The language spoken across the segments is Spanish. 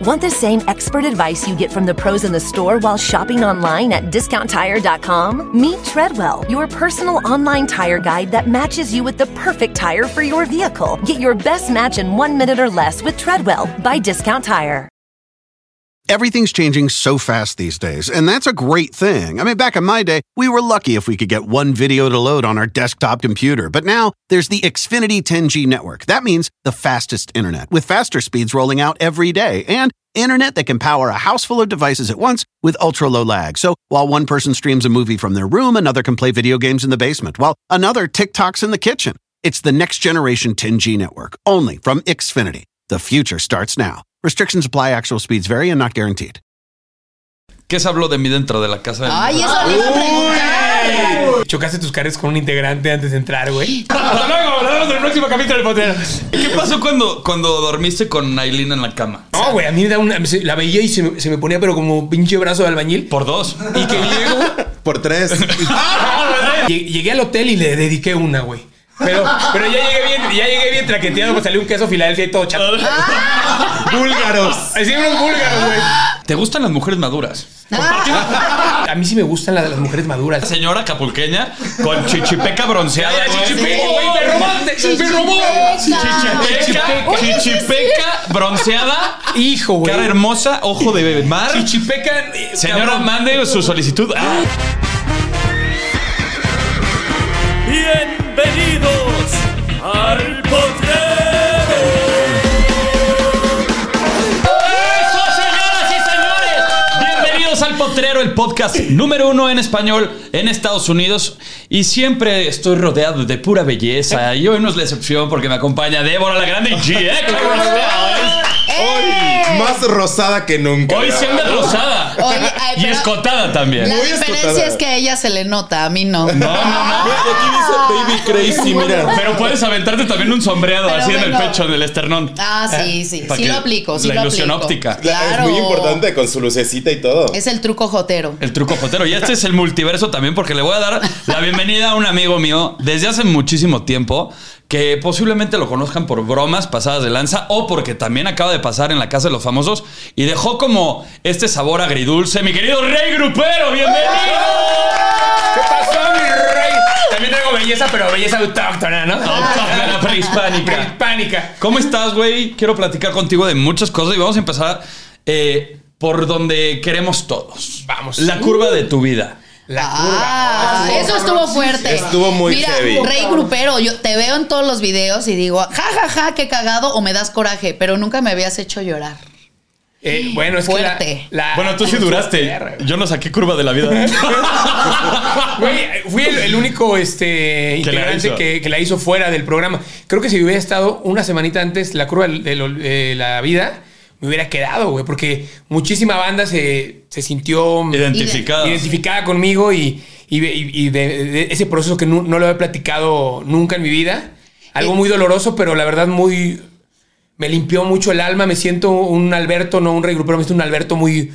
Want the same expert advice you get from the pros in the store while shopping online at DiscountTire.com? Meet Treadwell, your personal online tire guide that matches you with the perfect tire for your vehicle. Get your best match in 1 minute or less with Treadwell by Discount Tire. Everything's changing so fast these days, and that's a great thing. I mean, back in my day, we were lucky if we could get one video to load on our desktop computer. But now, there's the Xfinity 10G network. That means the fastest internet, with faster speeds rolling out every day, and internet that can power a house full of devices at once with ultra-low lag. So while one person streams a movie from their room, another can play video games in the basement, while another TikToks in the kitchen. It's the next generation 10G network, only from Xfinity. The future starts now. Restrictions apply. Actual speeds vary and not guaranteed. ¿Qué se habló de mí dentro de la casa? Ay, eso le iba a preguntar. Chocaste tus caras con un integrante antes de entrar, güey. Hasta luego, nos vemos en el próximo capítulo del Potrero. ¿Qué pasó cuando dormiste con Aileen en la cama? No, güey, a mí me da la veía y se me ponía pero como pinche brazo de albañil. Por 2. Y que llego... Por 3. Llegué al hotel y le dediqué una, güey. Pero ya llegué bien traqueteado, pues salió un queso Filadelfia y todo chato. Búlgaros. Así unos búlgaros, güey. ¿Te gustan las mujeres maduras? A mí sí me gustan las mujeres maduras. Señora acapulqueña con chichipeca bronceada. Chichipeca, güey, me robó. Chichipeca bronceada. Hijo, güey. Cara hermosa, ojo de mar. Chichipeca. Señora, cabrón. mande su solicitud. Bienvenidos al Potrero. ¡Eso, señoras y señores! Bienvenidos al Potrero, el podcast número 1 en español en Estados Unidos. Y siempre estoy rodeado de pura belleza. Y hoy no es la excepción porque me acompaña Débora la Grande y GX. Hoy más rosada que nunca. Hoy siendo rosada. Oye, y escotada también. La Muy diferencia escotada. es que a ella se le nota, a mí no. No. Aquí dice Baby Crazy, mira. Pero puedes aventarte también un sombreado Pero así en el bueno. pecho, en el esternón. Ah, sí. Para Sí que lo aplico, sí la lo ilusión aplico. óptica. Claro. Es muy importante con su lucecita y todo. Es el truco jotero. El truco jotero. Y este es el multiverso también porque le voy a dar la bienvenida a un amigo mío desde hace muchísimo tiempo que posiblemente lo conozcan por bromas pasadas de lanza o porque también acaba de pasar en la Casa de los Famosos y dejó como este sabor agridulce. Mi querido Rey Grupero, bienvenido. ¿Qué pasó, mi rey? También traigo belleza, pero belleza autóctona, ¿no? Autóctona, prehispánica. Prehispánica. ¿Cómo estás, güey? Quiero platicar contigo de muchas cosas y vamos a empezar por donde queremos todos. Vamos. La curva de tu vida. Eso estuvo fuerte. Estuvo muy Mira, heavy. Rey Grupero, yo te veo en todos los videos y digo, ja, qué cagado, o me das coraje, pero nunca me habías hecho llorar. Bueno, es Fuerte. que Bueno, tú sí duraste. Yo no saqué curva de la vida. Güey, fui el único integrante que la hizo fuera del programa. Creo que si hubiera estado una semanita antes la curva de la vida, me hubiera quedado, güey, porque muchísima banda se sintió identificada conmigo y de ese proceso que no lo había platicado nunca en mi vida. Algo muy doloroso, pero la verdad me limpió mucho el alma. Me siento un Alberto, no un Rey Grupero, me siento un Alberto muy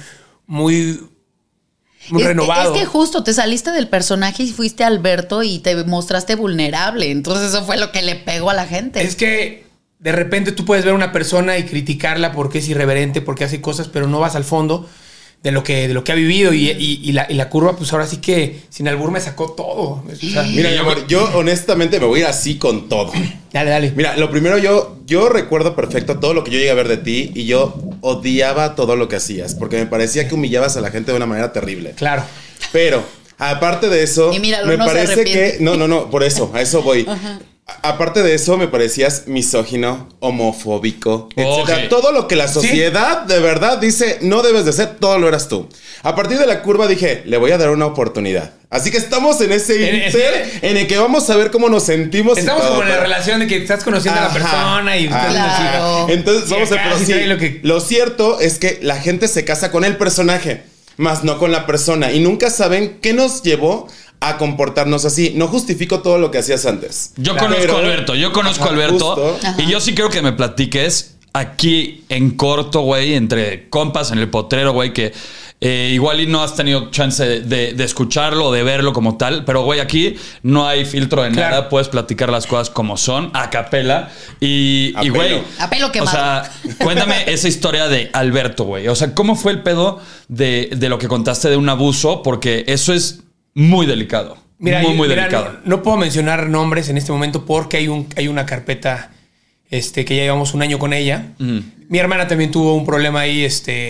renovado. Es que justo te saliste del personaje y fuiste Alberto y te mostraste vulnerable. Entonces eso fue lo que le pegó a la gente. Es que de repente tú puedes ver a una persona y criticarla porque es irreverente, porque hace cosas, pero no vas al fondo de lo que ha vivido. Y la curva, pues ahora sí que sin albur me sacó todo. O sea, Mira, mi amor, yo honestamente me voy a ir así con todo. Dale. Mira, lo primero, yo recuerdo perfecto todo lo que yo llegué a ver de ti y yo odiaba todo lo que hacías porque me parecía que humillabas a la gente de una manera terrible. Claro. Pero, aparte de eso, Y míralo, me no se parece arrepiente. que... No, por eso, a eso voy. Aparte de eso, me parecías misógino, homofóbico, etcétera. Ok. Todo lo que la sociedad de verdad dice no debes de ser, todo lo eras tú. A partir de la curva dije, le voy a dar una oportunidad. Así que estamos en ese inter en el que vamos a ver cómo nos sentimos. Estamos y todo, como en la pero- relación de que estás conociendo a la persona y Ajá. Claro. Entonces, Sí, vamos a acá pero sí sí, trae lo que- lo cierto es que la gente se casa con el personaje, más no con la persona. Y nunca saben qué nos llevó a comportarnos así. No justifico todo lo que hacías antes. Yo conozco a Alberto. Justo. Y yo sí quiero que me platiques aquí en corto, güey, entre compas en el potrero, güey, que igual y no has tenido chance de escucharlo o de verlo como tal, pero, güey, aquí no hay filtro de nada. Puedes platicar las cosas como son, a capela. Y güey, a pelo quemado. O sea, cuéntame esa historia de Alberto, güey. O sea, ¿cómo fue el pedo de lo que contaste de un abuso? Porque eso es muy delicado. Mira, muy delicado. No puedo mencionar nombres en este momento porque hay una carpeta que ya llevamos un año con ella. Mi hermana también tuvo un problema ahí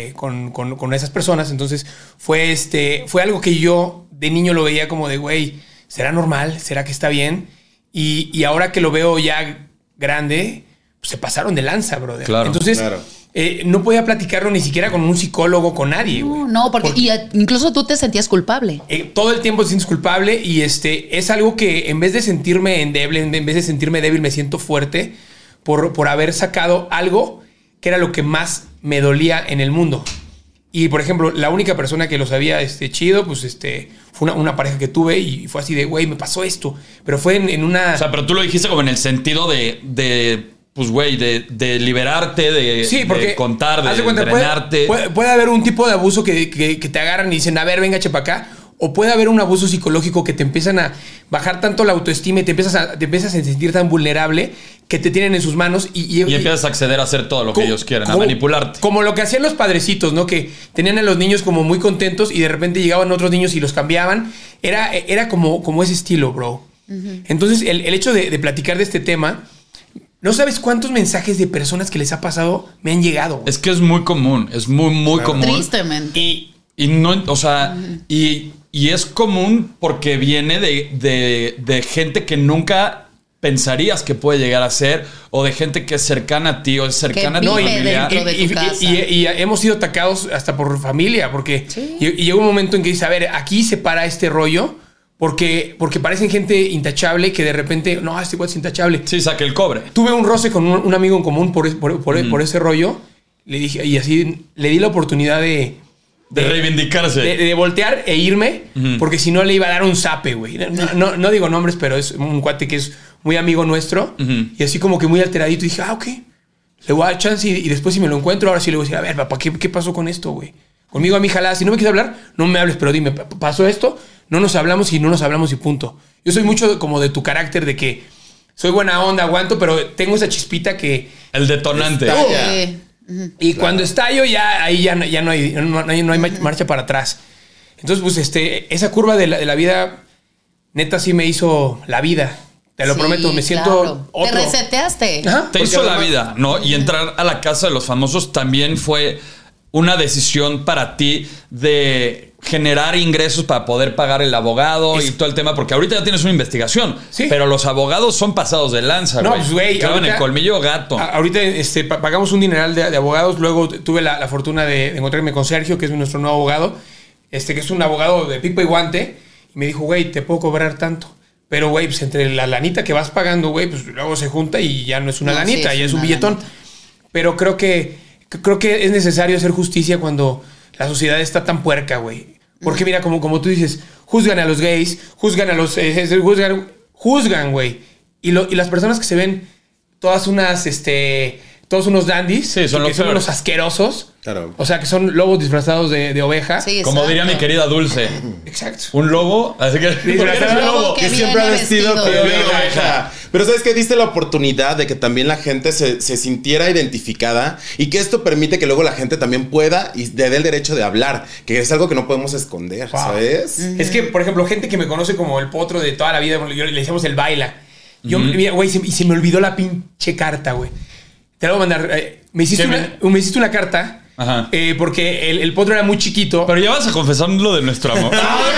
con esas personas. Entonces fue algo que yo de niño lo veía como de, güey, ¿será normal? ¿Será que está bien? Y ahora que lo veo ya grande, pues se pasaron de lanza, brother. Claro, entonces, no podía platicarlo ni siquiera con un psicólogo, con nadie, güey. No, porque incluso tú te sentías culpable. Todo el tiempo te sientes culpable y es algo que en vez de sentirme endeble, en vez de sentirme débil, me siento fuerte por haber sacado algo que era lo que más me dolía en el mundo. Y, por ejemplo, la única persona que lo sabía chido, pues fue una pareja que tuve y fue así de, güey, me pasó esto. Pero fue en una... O sea, pero tú lo dijiste como en el sentido pues, güey, de liberarte, de contar, de entrenarte. Puede haber un tipo de abuso que te agarran y dicen, a ver, venga, chepa acá. O puede haber un abuso psicológico que te empiezan a bajar tanto la autoestima y te empiezas a sentir tan vulnerable que te tienen en sus manos y empiezas a acceder a hacer todo lo que ellos quieren, a manipularte. Como lo que hacían los padrecitos, ¿no? Que tenían a los niños como muy contentos y de repente llegaban otros niños y los cambiaban. Era como ese estilo, bro. Entonces, el hecho de platicar de este tema... No sabes cuántos mensajes de personas que les ha pasado me han llegado. Es que es muy común, es muy común. Tristemente. Y no, o sea, y es común porque viene de gente que nunca pensarías que puede llegar a ser, o de gente que es cercana a ti, o es cercana a tu familia. Y hemos sido atacados hasta por familia, porque y llegó un momento en que dice, a ver, aquí se para este rollo. Porque parecen gente intachable que de repente, no, este güey es intachable. Sí, saque el cobre. Tuve un roce con un amigo en común por ese rollo. Le dije, y así le di la oportunidad de reivindicarse. De voltear e irme, porque si no le iba a dar un zape, güey. No digo nombres, pero es un cuate que es muy amigo nuestro. Y así como que muy alteradito. Dije, ok, le voy a dar chance y después si me lo encuentro, ahora sí le voy a decir, a ver, papá, ¿qué pasó con esto, güey? Conmigo a mí jalada. Si no me quieres hablar, no me hables, pero dime, ¿pasó esto? No nos hablamos y punto. Yo soy mucho como de tu carácter, de que soy buena onda, aguanto, pero tengo esa chispita que... El detonante. Y cuando estallo, ahí ya no hay marcha para atrás. Entonces, pues, esa curva de la vida, neta, sí me hizo la vida. Te lo prometo, me siento otro. Te reseteaste. Te hizo la vida, ¿no? Y entrar a la casa de los famosos también fue una decisión para ti de generar ingresos para poder pagar el abogado y todo el tema, porque ahorita ya tienes una investigación, pero los abogados son pasados de lanza, güey. Pues, güey, clavan el colmillo gato. Ahorita pagamos un dineral de abogados. Luego tuve la fortuna de encontrarme con Sergio, que es nuestro nuevo abogado, que es un abogado de pipa y guante, y me dijo, güey, te puedo cobrar tanto. Pero, güey, pues entre la lanita que vas pagando, güey, pues luego se junta y ya no es una lanita, ya es un billetón. Lanita. Pero creo que es necesario hacer justicia cuando la sociedad está tan puerca, güey. Porque mira, como tú dices, juzgan a los gays, juzgan a los... juzgan, güey. Y las personas que se ven todos unos dandies, son los asquerosos. Claro. O sea, que son lobos disfrazados de oveja. Sí, como diría mi querida Dulce. Exacto. Un lobo, así que... Disfrazado un lobo que siempre ha vestido de oveja. Pero ¿sabes qué? Diste la oportunidad de que también la gente se sintiera identificada y que esto permite que luego la gente también pueda y le dé el derecho de hablar, que es algo que no podemos esconder, ¿sabes? Es que, por ejemplo, gente que me conoce como el potro de toda la vida, le decíamos el baila. Mira, güey, se me olvidó la pinche carta, güey. Te la voy a mandar. Me hiciste una carta. Ajá. Porque el potro era muy chiquito. Pero ya vas a confesar lo de nuestro amor.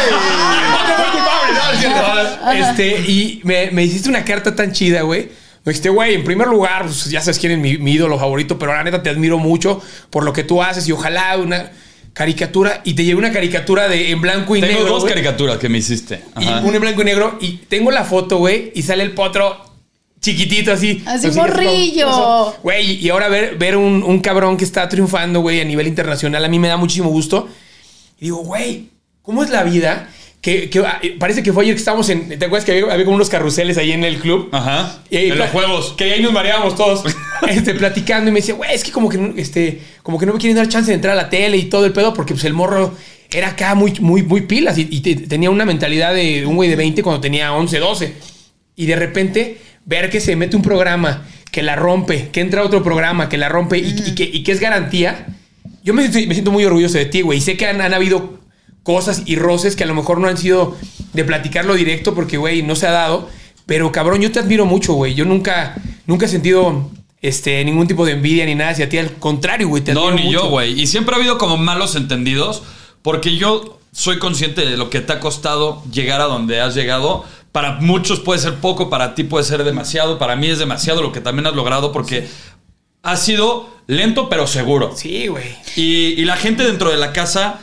Y me hiciste una carta tan chida, güey. Me dijiste, güey, en primer lugar, pues, ya sabes quién es mi ídolo favorito, pero la neta te admiro mucho por lo que tú haces y ojalá una caricatura. Y te llevé una caricatura en blanco y negro. Tengo dos caricaturas que me hiciste. Ajá. Y una en blanco y negro. Y tengo la foto, güey, y sale el potro chiquitito así. Así morrillo. Güey, y ahora ver un cabrón que está triunfando, güey, a nivel internacional, a mí me da muchísimo gusto. Y digo, güey, ¿cómo es la vida? que parece que fue ayer que estábamos en... ¿Te acuerdas que había como unos carruseles ahí en el club? Ajá. En los juegos. Que ahí nos mareábamos todos platicando y me decía, güey, es que como que no me quieren dar chance de entrar a la tele y todo el pedo porque pues el morro era acá muy pilas y tenía una mentalidad de un güey de 20 cuando tenía 11, 12. Y de repente ver que se mete un programa, que la rompe, que entra otro programa, que la rompe y que es garantía. Yo me siento muy orgulloso de ti, güey. Y sé que han habido cosas y roces que a lo mejor no han sido de platicarlo directo porque, güey, no se ha dado. Pero, cabrón, yo te admiro mucho, güey. Yo nunca he sentido ningún tipo de envidia ni nada hacia ti. Al contrario, güey, te admiro mucho. No, ni yo, güey. Y siempre ha habido como malos entendidos porque yo soy consciente de lo que te ha costado llegar a donde has llegado. Para muchos puede ser poco, para ti puede ser demasiado. Para mí es demasiado lo que también has logrado porque has sido lento pero seguro. Sí, güey. Y la gente dentro de la casa...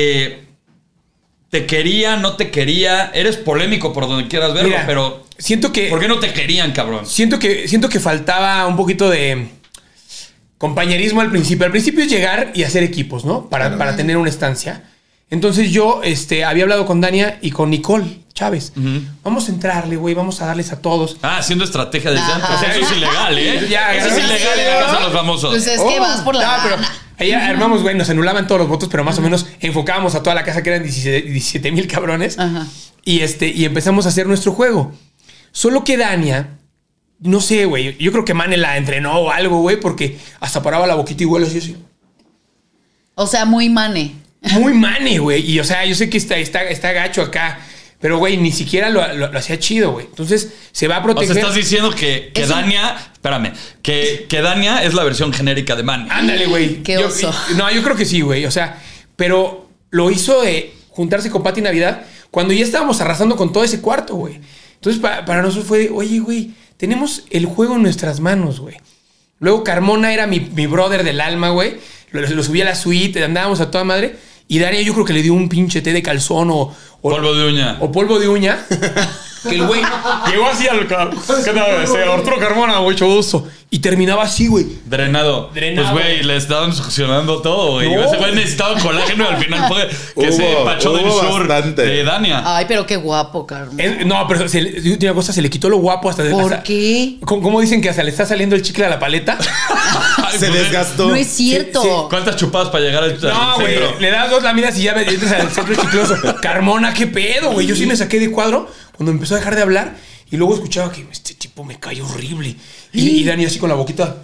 te quería, no te quería. Eres polémico por donde quieras verlo, pero... Siento que... ¿Por qué no te querían, cabrón? Siento que faltaba un poquito de compañerismo al principio. Al principio es llegar y hacer equipos, ¿no? Para tener una estancia. Entonces yo había hablado con Dania y con Nicole Chávez. Vamos a entrarle, güey. Vamos a darles a todos. Haciendo estrategia desde antes. O sea, eso es ilegal, ¿eh? Eso es ilegal en la casa de los famosos. Pues es que vas por la pero ahí armamos, güey, nos anulaban todos los votos, pero más o menos enfocábamos a toda la casa, que eran 17,000 cabrones. Ajá. Y empezamos a hacer nuestro juego. Solo que Dania, no sé, güey, yo creo que Mane la entrenó o algo, güey, porque hasta paraba la boquita igual así. O sea, muy Mane. Muy Mane, güey. Y, o sea, yo sé que está gacho acá, pero, güey, ni siquiera lo hacía chido, güey. Entonces, se va a proteger. O sea, estás diciendo que Dania... Espérame. Que Dania es la versión genérica de Mane. Ándale, güey. Qué oso. Yo creo que sí, güey. O sea, pero lo hizo de juntarse con Pati Navidad cuando ya estábamos arrasando con todo ese cuarto, güey. Entonces, para nosotros fue de, oye, güey, tenemos el juego en nuestras manos, güey. Luego Carmona era mi brother del alma, güey. Lo subí a la suite, andábamos a toda madre. Y Dania yo creo que le dio un pinche té de calzón o polvo de uña. O polvo de uña. Que el güey llegó así al... ¿Qué tal? Arturo Carmona, güey, mucho gusto. Y terminaba así, güey. Drenado. Pues, güey, le estaban succionando todo, güey. No. Ese güey necesitaba colágeno y al final fue que se pachó del sur de Dania. Ay, pero qué guapo, Carmen. No, pero una cosa, se le quitó lo guapo hasta... ¿Por qué? ¿Cómo dicen que hasta le está saliendo el chicle a la paleta? Se desgastó. No es cierto. Sí. ¿Cuántas chupadas para llegar al centro? No, güey, le das 2 láminas y ya entras al centro chicloso. Carmona, qué pedo, güey. Yo sí me saqué de cuadro cuando empezó a dejar de hablar y luego escuchaba que este tipo me cae horrible. Y Dani así con la boquita.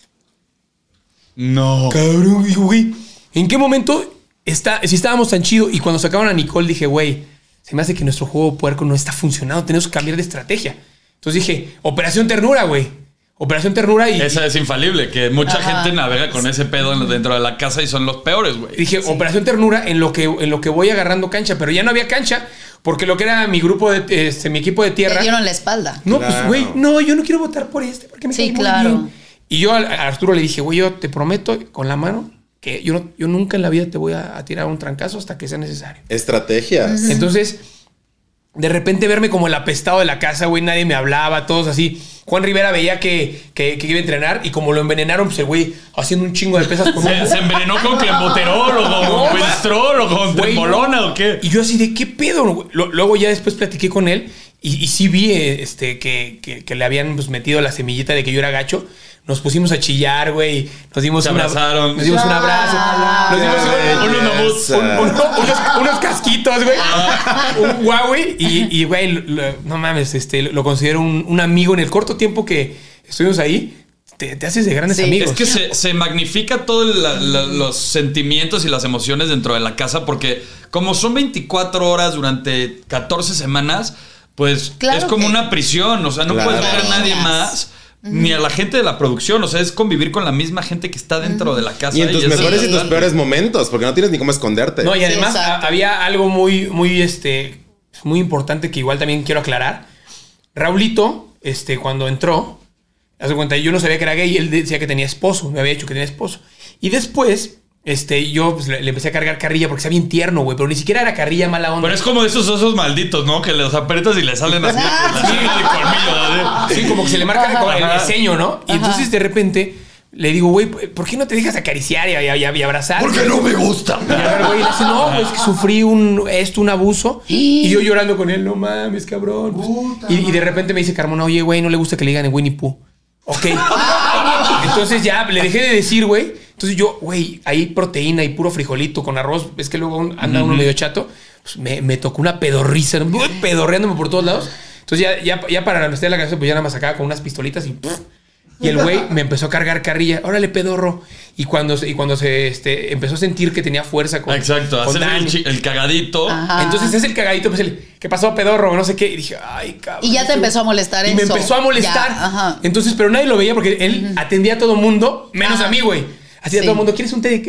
No. Cabrón, güey. ¿En qué momento si estábamos tan chido? Y cuando sacaban a Nicole dije, güey, se me hace que nuestro juego puerco no está funcionando. Tenemos que cambiar de estrategia. Entonces dije, Operación Ternura, güey. Operación Ternura y... Esa es infalible, que mucha gente navega con ese pedo dentro de la casa y son los peores, güey. Dije, Operación Ternura en lo que voy agarrando cancha, pero ya no había cancha porque lo que era mi grupo de mi equipo de tierra... Te dieron la espalda. No, claro. Pues, güey, no, yo no quiero votar por porque me cae muy bien. Y yo a Arturo le dije, güey, yo te prometo con la mano que yo nunca en la vida te voy a tirar un trancazo hasta que sea necesario. Estrategias. Entonces, de repente verme como el apestado de la casa, güey, nadie me hablaba, todos así. Juan Rivera veía que iba a entrenar y como lo envenenaron, pues el güey haciendo un chingo de pesas con ¿Se envenenó con clemboterol o con Bestrol o con trembolona o qué? Y yo así de, ¿qué pedo? Güey? Luego ya después platiqué con él y sí vi que le habían pues, metido la semillita de que yo era gacho. Nos pusimos a chillar, güey. Nos dimos un abrazo. Nos dimos unos casquitos, güey. Un Huawei. Y, güey, no mames, lo considero un amigo en el corto tiempo que estuvimos ahí. Te haces de grandes amigos. Es que se magnifica todos los sentimientos y las emociones dentro de la casa porque como son 24 horas durante 14 semanas, pues claro es como una prisión. O sea, no puedes ver a nadie más. Ni a la gente de la producción, o sea, es convivir con la misma gente que está dentro de la casa. Y en tus mejores y tus peores momentos, porque no tienes ni cómo esconderte. No, y además había algo muy importante que igual también quiero aclarar. Raulito, cuando entró, haz de cuenta, yo no sabía que era gay, él decía que tenía esposo, me había dicho que tenía esposo. Y después, yo pues, le empecé a cargar carrilla porque está bien tierno, güey, pero ni siquiera era carrilla mala onda. Pero es como de esos osos malditos, ¿no? Que los aprietas y le salen así el colmillo. Sí, como que se le marca como el ceño, ¿no? Y entonces de repente le digo, güey, ¿por qué no te dejas acariciar y abrazar? Porque no me gusta. Y a ver, güey, le dice, no, pues que sufrí un abuso. Y yo llorando con él, no mames, cabrón. Pues, y de repente me dice Carmona, oye, güey, no le gusta que le digan en Winnie Pooh. Ok. Entonces ya le dejé de decir, güey. Entonces yo, güey, ahí proteína y puro frijolito con arroz. Es que luego anda uno medio chato. Pues me tocó una pedorriza, pedorreándome por todos lados. Entonces ya para la universidad de la cabeza, pues ya nada más sacaba con unas pistolitas y el güey me empezó a cargar carrilla. Órale, pedorro. Y cuando se empezó a sentir que tenía fuerza con Exacto, con hacer el cagadito. Ajá. Entonces es el cagadito, pues ¿qué pasó, pedorro? No sé qué. Y dije, ay, cabrón. Y ya te empezó a molestar y eso. me empezó a molestar. Ya, entonces, pero nadie lo veía porque él atendía a todo mundo, menos a mí, güey. Así a todo el mundo, ¿quieres un té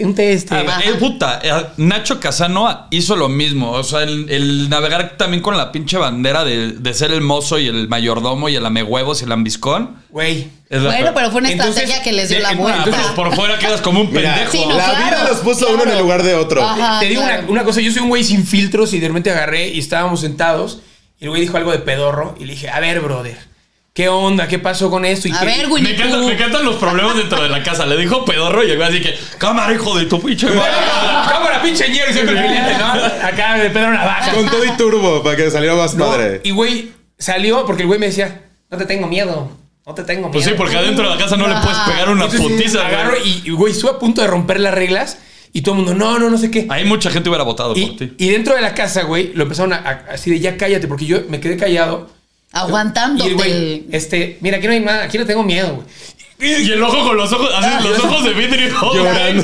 Nacho Casano hizo lo mismo. O sea, el navegar también con la pinche bandera de ser el mozo y el mayordomo y el amehuevos y el ambiscón. Güey. Bueno, pero fue una estrategia que les dio la vuelta. Entonces, por fuera quedas como un pendejo. Sí, no, la vida los puso a uno en el lugar de otro. Ajá, te digo una cosa, yo soy un güey sin filtros y de repente agarré y estábamos sentados y el güey dijo algo de pedorro y le dije, a ver, brother, ¿qué onda? ¿Qué pasó con esto? A ver, güey. Me encantan los problemas dentro de la casa. Le dijo pedorro y llegó así que, cámara, hijo de tu pinche madre. Cámara, pinche ñero y siempre el cliente, ¿no? Acá de Pedro Navaja. Con todo y turbo para que saliera más padre. Y güey, salió porque el güey me decía, no te tengo miedo. No te tengo miedo. Pues sí, porque adentro de la casa no le puedes pegar una putiza. Agarro y güey, estuve a punto de romper las reglas y todo el mundo, no sé qué. Ahí mucha gente hubiera votado por ti. Y dentro de la casa, güey, lo empezaron así de ya cállate, porque yo me quedé callado. Aguantando. Y el güey, mira, aquí no hay nada, aquí no tengo miedo, güey. Y el ojo con los ojos, así, los ojos de vidrio. Llorando.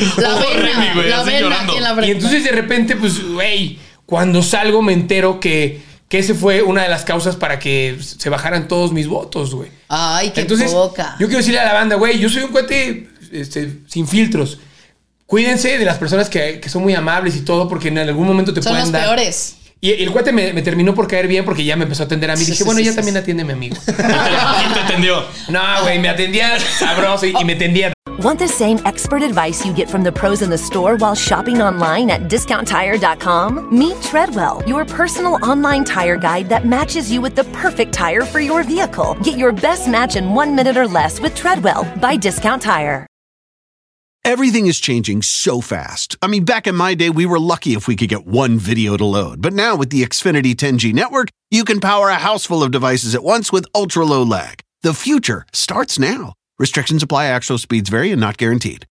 La vena aquí en la frente. Y entonces de repente, pues, güey, cuando salgo me entero que ese fue una de las causas para que se bajaran todos mis votos, güey. Ay, qué entonces, poca. Yo quiero decirle a la banda, güey, yo soy un cuate sin filtros. Cuídense de las personas que son muy amables y todo, porque en algún momento te son pueden los dar. peores. Y el cuate me terminó por caer bien porque ya me empezó a atender a mí. Dije, bueno, ya también atiende a mi amigo. ¿Quién te atendió? No, güey, me atendía sabroso y me atendía. Want the same expert advice you get from the pros in the store while shopping online at DiscountTire.com? Meet Treadwell, your personal online tire guide that matches you with the perfect tire for your vehicle. Get your best match in 1 minute or less with Treadwell by Discount Tire. Everything is changing so fast. I mean, back in my day, we were lucky if we could get one video to load. But now with the Xfinity 10G network, you can power a house full of devices at once with ultra-low lag. The future starts now. Restrictions apply. Actual speeds vary and not guaranteed.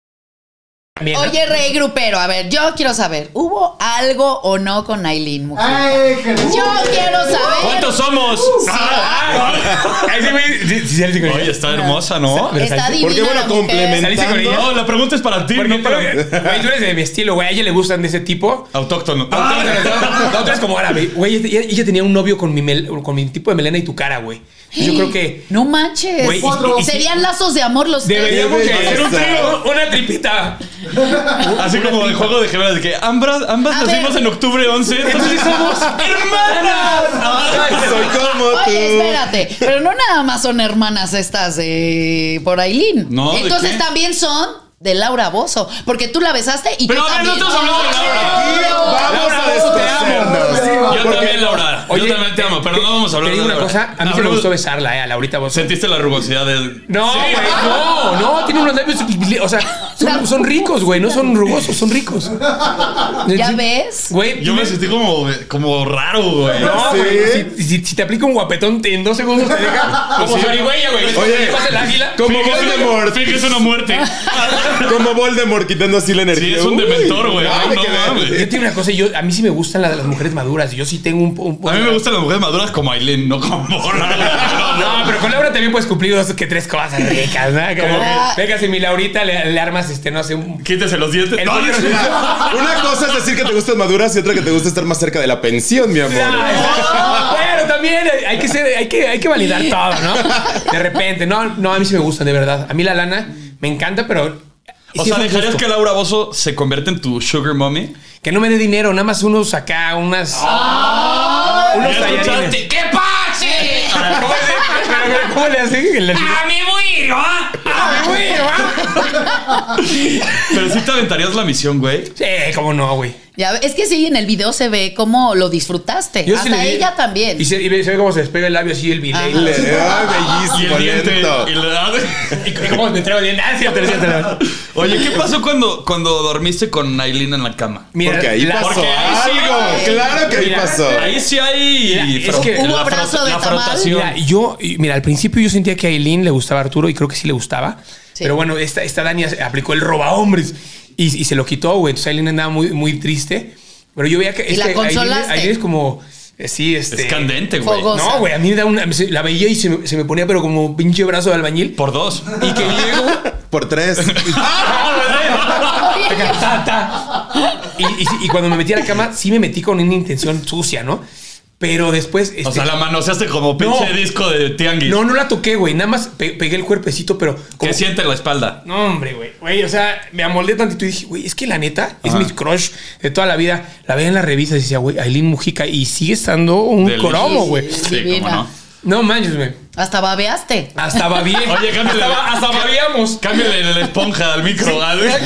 Oye, Rey Grupero, a ver, yo quiero saber, ¿hubo algo o no con Aileen, mujer? Ay, yo quiero saber. ¿Cuántos somos? Oye, está hermosa, ¿no? Está divina. Porque bueno, complementando. No, la pregunta es para ti. Porque no para... Güey, tú eres de mi estilo, güey. A ella le gustan de ese tipo. Autóctono. La otra es como árabe. Güey, ella tenía un novio con mi tipo de melena y tu cara, güey. Yo creo que... No manches. Güey, serían lazos de amor los tres. Deberíamos hacer un trío, una tripita. Así como el juego de gemelas de que ambas nacimos en octubre 11, entonces somos hermanas. Soy como tú. Oye, espérate, pero no nada más son hermanas estas por Aileen. No, entonces también son de Laura Bozzo, porque tú la besaste y pero tú a ver, no también. estamos hablando de Laura. Vamos a descosernos. Yo también, Laura. Yo también te amo, pero no vamos a hablar de Laura. Te digo una cosa, a mí se me gustó besarla, a Laurita Bozzo. ¿Sentiste la rugosidad de...? No, güey, no, tiene unos labios, o sea, son ricos, güey, no son rugosos, son ricos. ¿Ya ves? Güey, yo me sentí como raro, güey. No, güey, si te aplica un guapetón en 2 segundos te deja como zarigüeya, güey. Oye, pasa el águila. Como Voldemort. Fíjate, es una muerte. Como Voldemort quitando así la energía. Sí, es un dementor, güey. Yo tengo una cosa, a mí sí me gustan las mujeres maduras. Yo sí tengo un a mí me gustan las mujeres maduras como Aileen, no como No, pero con Laura también puedes cumplir 2 que 3 cosas ricas, ¿no? Como que venga, si mi Laurita le armas, no sé, quítese los dientes. Una cosa es decir que te gustan maduras y otra que te gusta estar más cerca de la pensión, mi amor. Bueno, también hay que validar todo, ¿no? De repente, no, a mí sí me gustan, de verdad. A mí la lana me encanta, pero... O sea, ¿dejarías que Laura Bozzo se convierta en tu sugar mommy? Que no me dé dinero, nada más unos acá, unos tallarines. ¡Qué pase! ¿Cómo le hacen? ¡A mi güiro! ¡A mi güiro! Pero sí te aventarías la misión, güey. Sí, cómo no, güey. Ya, es que sí, en el video se ve cómo lo disfrutaste. Yo sí Hasta le vi- ella también. Y se ve cómo se despega el labio así, el video. Ay, bellísimo, lento. Y cómo me entrega el diente. Siéntale. Oye, ¿qué pasó cuando dormiste con Aileen en la cama? Mira, Porque ahí pasó porque ahí sí algo. hay- Claro que ahí Mira, pasó. Ahí sí hay Mira, es que- ¿Hubo abrazo de la tamal? frotación. Mira, al principio yo sentía que a Aileen le gustaba Arturo y creo que sí le gustaba. Sí. Pero bueno, esta Dani aplicó el roba hombres y se lo quitó, güey. Entonces Aileen andaba muy, muy triste. Pero yo veía que ¿Y la consolaste? Aileen es como... Sí, Es candente, güey. Fogosa. No, güey, a mí me da la veía y se me ponía pero como pinche brazo de albañil. Por 2. Y que llego... Por 3. Y cuando me metí a la cama, sí me metí con una intención sucia, ¿no? Pero después... O sea, la manoseaste como pinche disco de tianguis. No la toqué, güey. Nada más pegué el cuerpecito, pero... Que siente la espalda. No, hombre, güey. O sea, me amoldé tantito y dije, güey, es que la neta es mi crush de toda la vida. La veía en las revistas y decía, güey, Aileen Mujica. Y sigue estando un Delicioso. cromo, güey. Sí, Divina. cómo no. No manches, güey. Hasta babeaste. Hasta va bien. Oye, cámbiale. Hasta babiamos. Cámbiale la esponja al micro.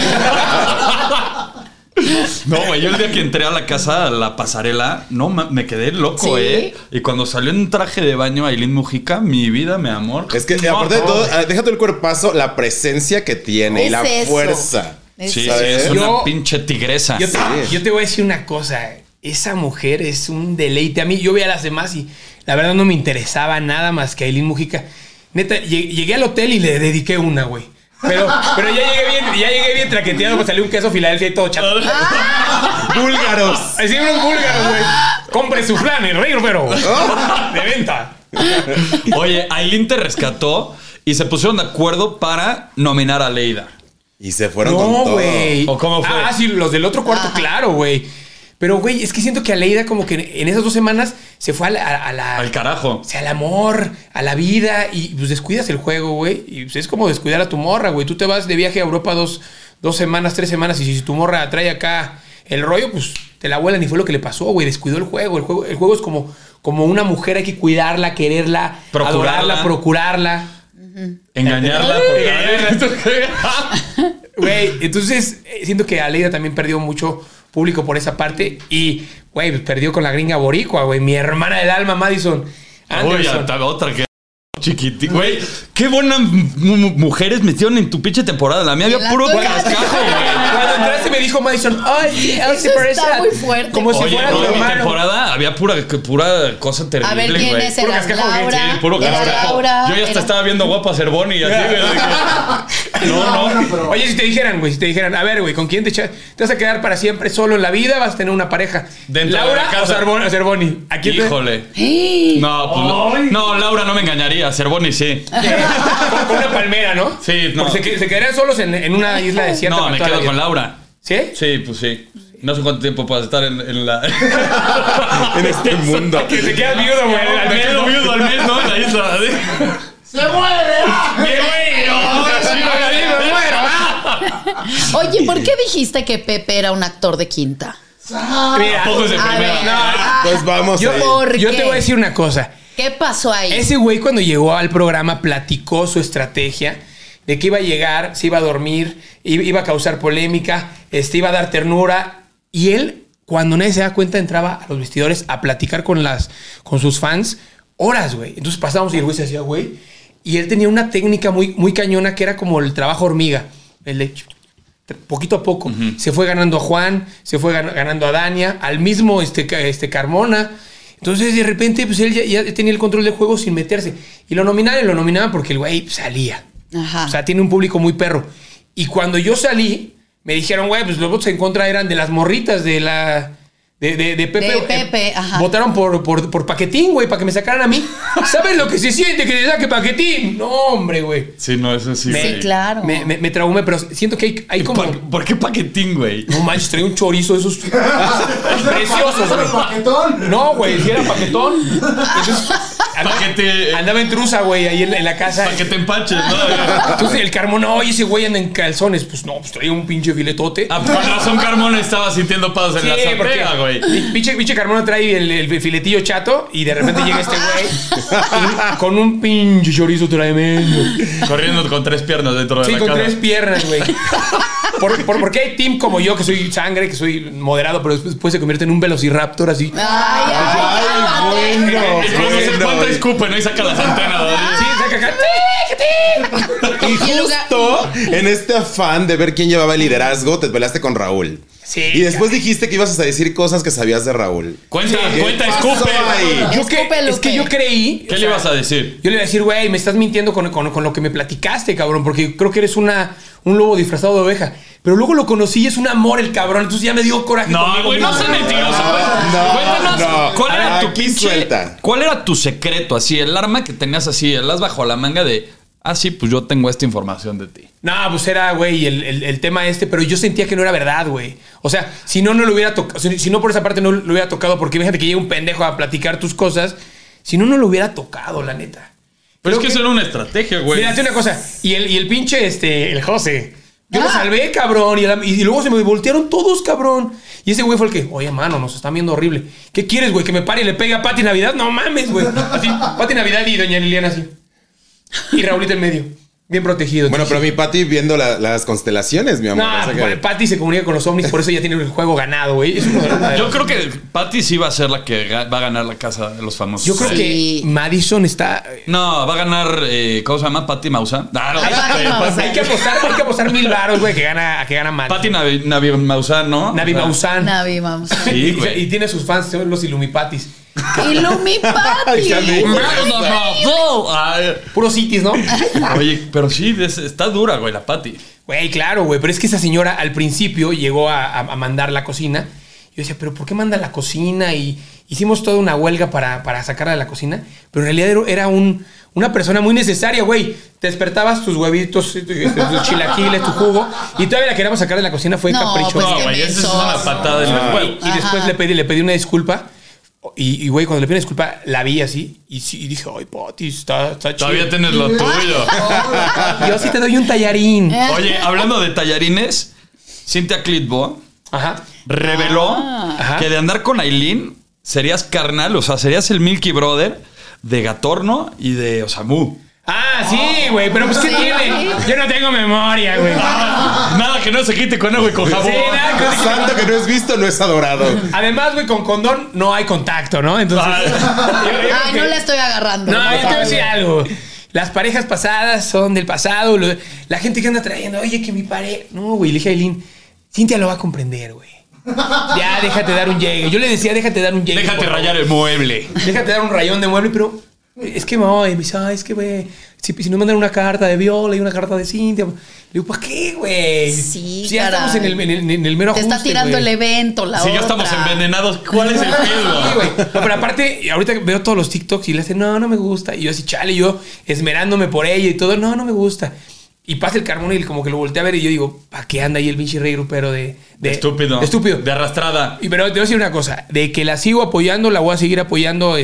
No, güey, yo el día que entré a la casa, a la pasarela, no, me quedé loco, ¿Sí? Y cuando salió en traje de baño Aileen Mujica, mi vida, mi amor. Es que no, aparte de todo, güey. déjate el cuerpazo, la presencia que tiene y Es la eso. fuerza. Sí, ¿sabes? es una Yo- pinche tigresa. Yo te voy a decir una cosa. Esa mujer es un deleite. A mí, yo veía a las demás y la verdad no me interesaba nada más que Aileen Mujica. Neta, llegué al hotel y le dediqué una, güey. Pero ya llegué bien traqueteado, pues salió un queso Filadelfia y todo chato. Búlgaros. Así unos búlgaros, güey. Compre su flan, el rey pero de venta. Oye, Aileen te rescató y se pusieron de acuerdo para nominar a Leida. Y se fueron con No, todo. güey. ¿O cómo fue? Ah, sí, los del otro cuarto, claro, güey. Pero, güey, es que siento que Aleida como que en esas 2 semanas se fue a la... Al carajo. O sea, al amor, a la vida. Y pues descuidas el juego, güey. Y pues es como descuidar a tu morra, güey. Tú te vas de viaje a Europa 2 semanas, 3 semanas. Y si tu morra trae acá el rollo, pues te la vuelan. Y fue lo que le pasó, güey. Descuidó el juego. El juego es como una mujer. Hay que cuidarla, quererla, Procurarla. adorarla, procurarla. Engañarla. Güey, entonces siento que Aleida también perdió mucho público por esa parte. Y, güey, pues, perdió con la gringa boricua, güey. Mi hermana del alma, Madison Uy, Anderson. hasta otra que chiquitita. Güey, qué buenas mujeres metieron en tu pinche temporada. La mía había La puro tuya. cascajo, güey. Cuando entraste me dijo Madison, ay, sí, Eso está muy fuerte. Como si Oye, fuera tu en mi hermano. temporada había pura cosa terrible, A ver quién güey. es, Puro era cascajo, Laura. Sí, puro Era cascajo. Laura. Yo ya hasta era- estaba viendo guapa a Cervoni y así, güey. de que- No. Oye, si te dijeran, a ver, güey, ¿con quién te vas a quedar para siempre solo en la vida? ¿Vas a tener una pareja? Dentro de ¿Laura la casa. o Cervoni? ¿A quién te- Híjole. ¡Eh! No, pues no, Laura no me engañaría. Cervoni sí. Con una palmera, ¿no? Sí, no. Porque se quedarían solos en una isla desierta. No, para me toda la quedo vida. con Laura. ¿Sí? Sí, pues sí. No sé cuánto tiempo puedas estar en la. En este mundo. Que te quedas viudo, güey. al Me mes, quedo ¿no? viudo al mes, ¿no? En la isla. Oye, ¿por qué dijiste que Pepe era un actor de quinta? Mira, Tampoco es de A primera. ver, No, Pues vamos yo, ahí. ¿por yo qué? te voy a decir una cosa. ¿Qué pasó ahí? Ese güey cuando llegó al programa platicó su estrategia de que iba a llegar, se iba a dormir, iba a causar polémica, iba a dar ternura. Y él, cuando nadie se da cuenta, entraba a los vestidores a platicar con sus fans horas, güey. Entonces pasábamos y el güey se hacía, güey. Y él tenía una técnica muy, muy cañona que era como el trabajo hormiga. El de poquito a poco. Se fue ganando a Juan, se fue ganando a Dania, al mismo Carmona. Entonces, de repente, pues él ya tenía el control del juego sin meterse. Y lo nominaban porque el güey salía. Ajá. O sea, tiene un público muy perro. Y cuando yo salí, me dijeron, güey, pues los votos en contra eran de las morritas de Pepe. De Pepe, ajá. Votaron por Paquetín, güey, para que me sacaran a mí. ¿Sabes lo que se siente que te saque Paquetín? No, hombre, güey. Sí, no, eso sí. Sí, güey. claro. Me traumé, pero siento que hay como... ¿Por qué paquetín, güey? No manches, traía un chorizo de esos preciosos, güey. No, güey, si era paquetón. Entonces, andaba en trusa, güey, ahí en la casa. Para que te empaches, ¿no? Entonces el Carmona, oye, ese güey anda en calzones. Pues no, pues traía un pinche filetote. Ah, por razón Carmona estaba sintiendo pasos en la porque azotea, güey. güey. Pinche Carmona trae el filetillo chato y de repente llega este güey con un pinche chorizo tremendo. Corriendo con 3 piernas dentro de Sí, la con casa. 3 piernas, güey. Porque hay team como yo, que soy sangre, que soy moderado, pero después se convierte en un velociraptor así. Ay, ¿Cuánto escupe, no? Y saca las antenas. Sí, saca acá. Y justo en este afán de ver quién llevaba el liderazgo, te peleaste con Raúl. Sí. Y después dijiste que ibas a decir cosas que sabías de Raúl. Cuenta, pasó escupe. ahí? Es que yo creí. ¿Qué le ibas a decir? Yo le iba a decir, güey, me estás mintiendo con lo que me platicaste, cabrón, porque creo que eres un lobo disfrazado de oveja. Pero luego lo conocí y es un amor el cabrón, entonces ya me dio coraje. No, güey, no seas mentiroso, güey. Cuéntanos, ¿cuál era tu pinche... suelta. ¿Cuál era tu secreto, así, el arma que tenías así, el as bajo la manga de... Ah, sí, pues yo tengo esta información de ti. No, pues era, güey, el tema pero yo sentía que no era verdad, güey. O sea, si no lo hubiera tocado, si no por esa parte no lo hubiera tocado, porque fíjate que llega un pendejo a platicar tus cosas, si no lo hubiera tocado, la neta. Pero es que eso era una estrategia, güey. Mira, una cosa, y el pinche, el José, yo lo salvé, cabrón, y luego se me voltearon todos, cabrón. Y ese güey fue el que, oye, mano, nos están viendo horrible. ¿Qué quieres, güey? ¿Que me pare y le pegue a Pati Navidad? No mames, güey. Así, Pati Navidad y doña Liliana así. Y Raulito en medio. Bien protegido. Bueno, pero mi Pati viendo las constelaciones, mi amor. No, O sea que- Pati se comunica con los ovnis, por eso ya tiene el juego ganado, güey. Yo creo que Patty sí va a ser la que va a ganar la casa de los famosos. Yo creo Sí. que Madison está... No, va a ganar, ¿cómo se llama? Patty Maussan. Patty Maussan. Hay que apostar 1,000 varos, güey, que gana Madison. Patty Navi Maussan, ¿no? Navi O sea, Maussan. Navi, vamos. Sí, güey. Y tiene sus fans, son los Illumipatis. Illumipati. Ay, Puros cities, ¿no? oye, pero sí, está dura, güey, la Patty. Güey, claro, güey. Pero es que esa señora al principio llegó a mandar la cocina. Yo decía, ¿pero por qué manda la cocina? Y hicimos toda una huelga para sacarla de la cocina. Pero en realidad era una persona muy necesaria, güey. Te despertabas tus huevitos, tus chilaquiles, tu jugo. Y todavía la queríamos sacar de la cocina. Fue No, capricho. pues No, qué güey, esa es mensos. una patada en el huevo. Y después le pedí una disculpa. Y güey, cuando le pedí una disculpa, la vi así. Y dije, ay, Pati, está chido. Todavía tienes lo tuyo. Yo sí te doy un tallarín. Oye, hablando de tallarines, Cynthia Clitbo Ajá. reveló Ajá. que de andar con Aileen serías carnal, o sea, serías el Milky Brother de Gatorno y de Osamu. Ah, sí, güey. Pero pues, ¿qué tiene? Yo no tengo memoria, güey. Nada que no se quite con agua y con jabón. Sí, nada que no se quite. Santo que no es visto, no es adorado. Además, güey, con condón no hay contacto, ¿no? Entonces. Ay, no la estoy agarrando. No, yo te voy a decir algo. Las parejas pasadas son del pasado. La gente que anda trayendo, oye, que mi pareja. No, güey, le dije a Aileen, Cintia lo va a comprender, güey. Ya, déjate dar un llegue. Yo le decía, déjate dar un llegue. Déjate por rayar favor. el mueble. Déjate dar un rayón de mueble, pero es que me dice, ay, es que, güey, si nos mandan una carta de Viola y una carta de Cintia. Le digo, ¿para qué, güey? Sí, Si ya estamos en el mero Te ajuste, está tirando güey. el evento, la Si otra. ya estamos envenenados, ¿cuál es el Sí, pedo? güey. No, pero aparte, ahorita veo todos los TikToks y le hacen, no me gusta. Y yo así, chale, yo esmerándome por ella y todo, no me gusta. Y pasa el Carmona y como que lo volteé a ver y yo digo, ¿para qué anda ahí el pinche rey grupero de Estúpido. Estúpido. De arrastrada. Pero te voy a decir una cosa, de que la sigo apoyando, la voy a seguir apoyando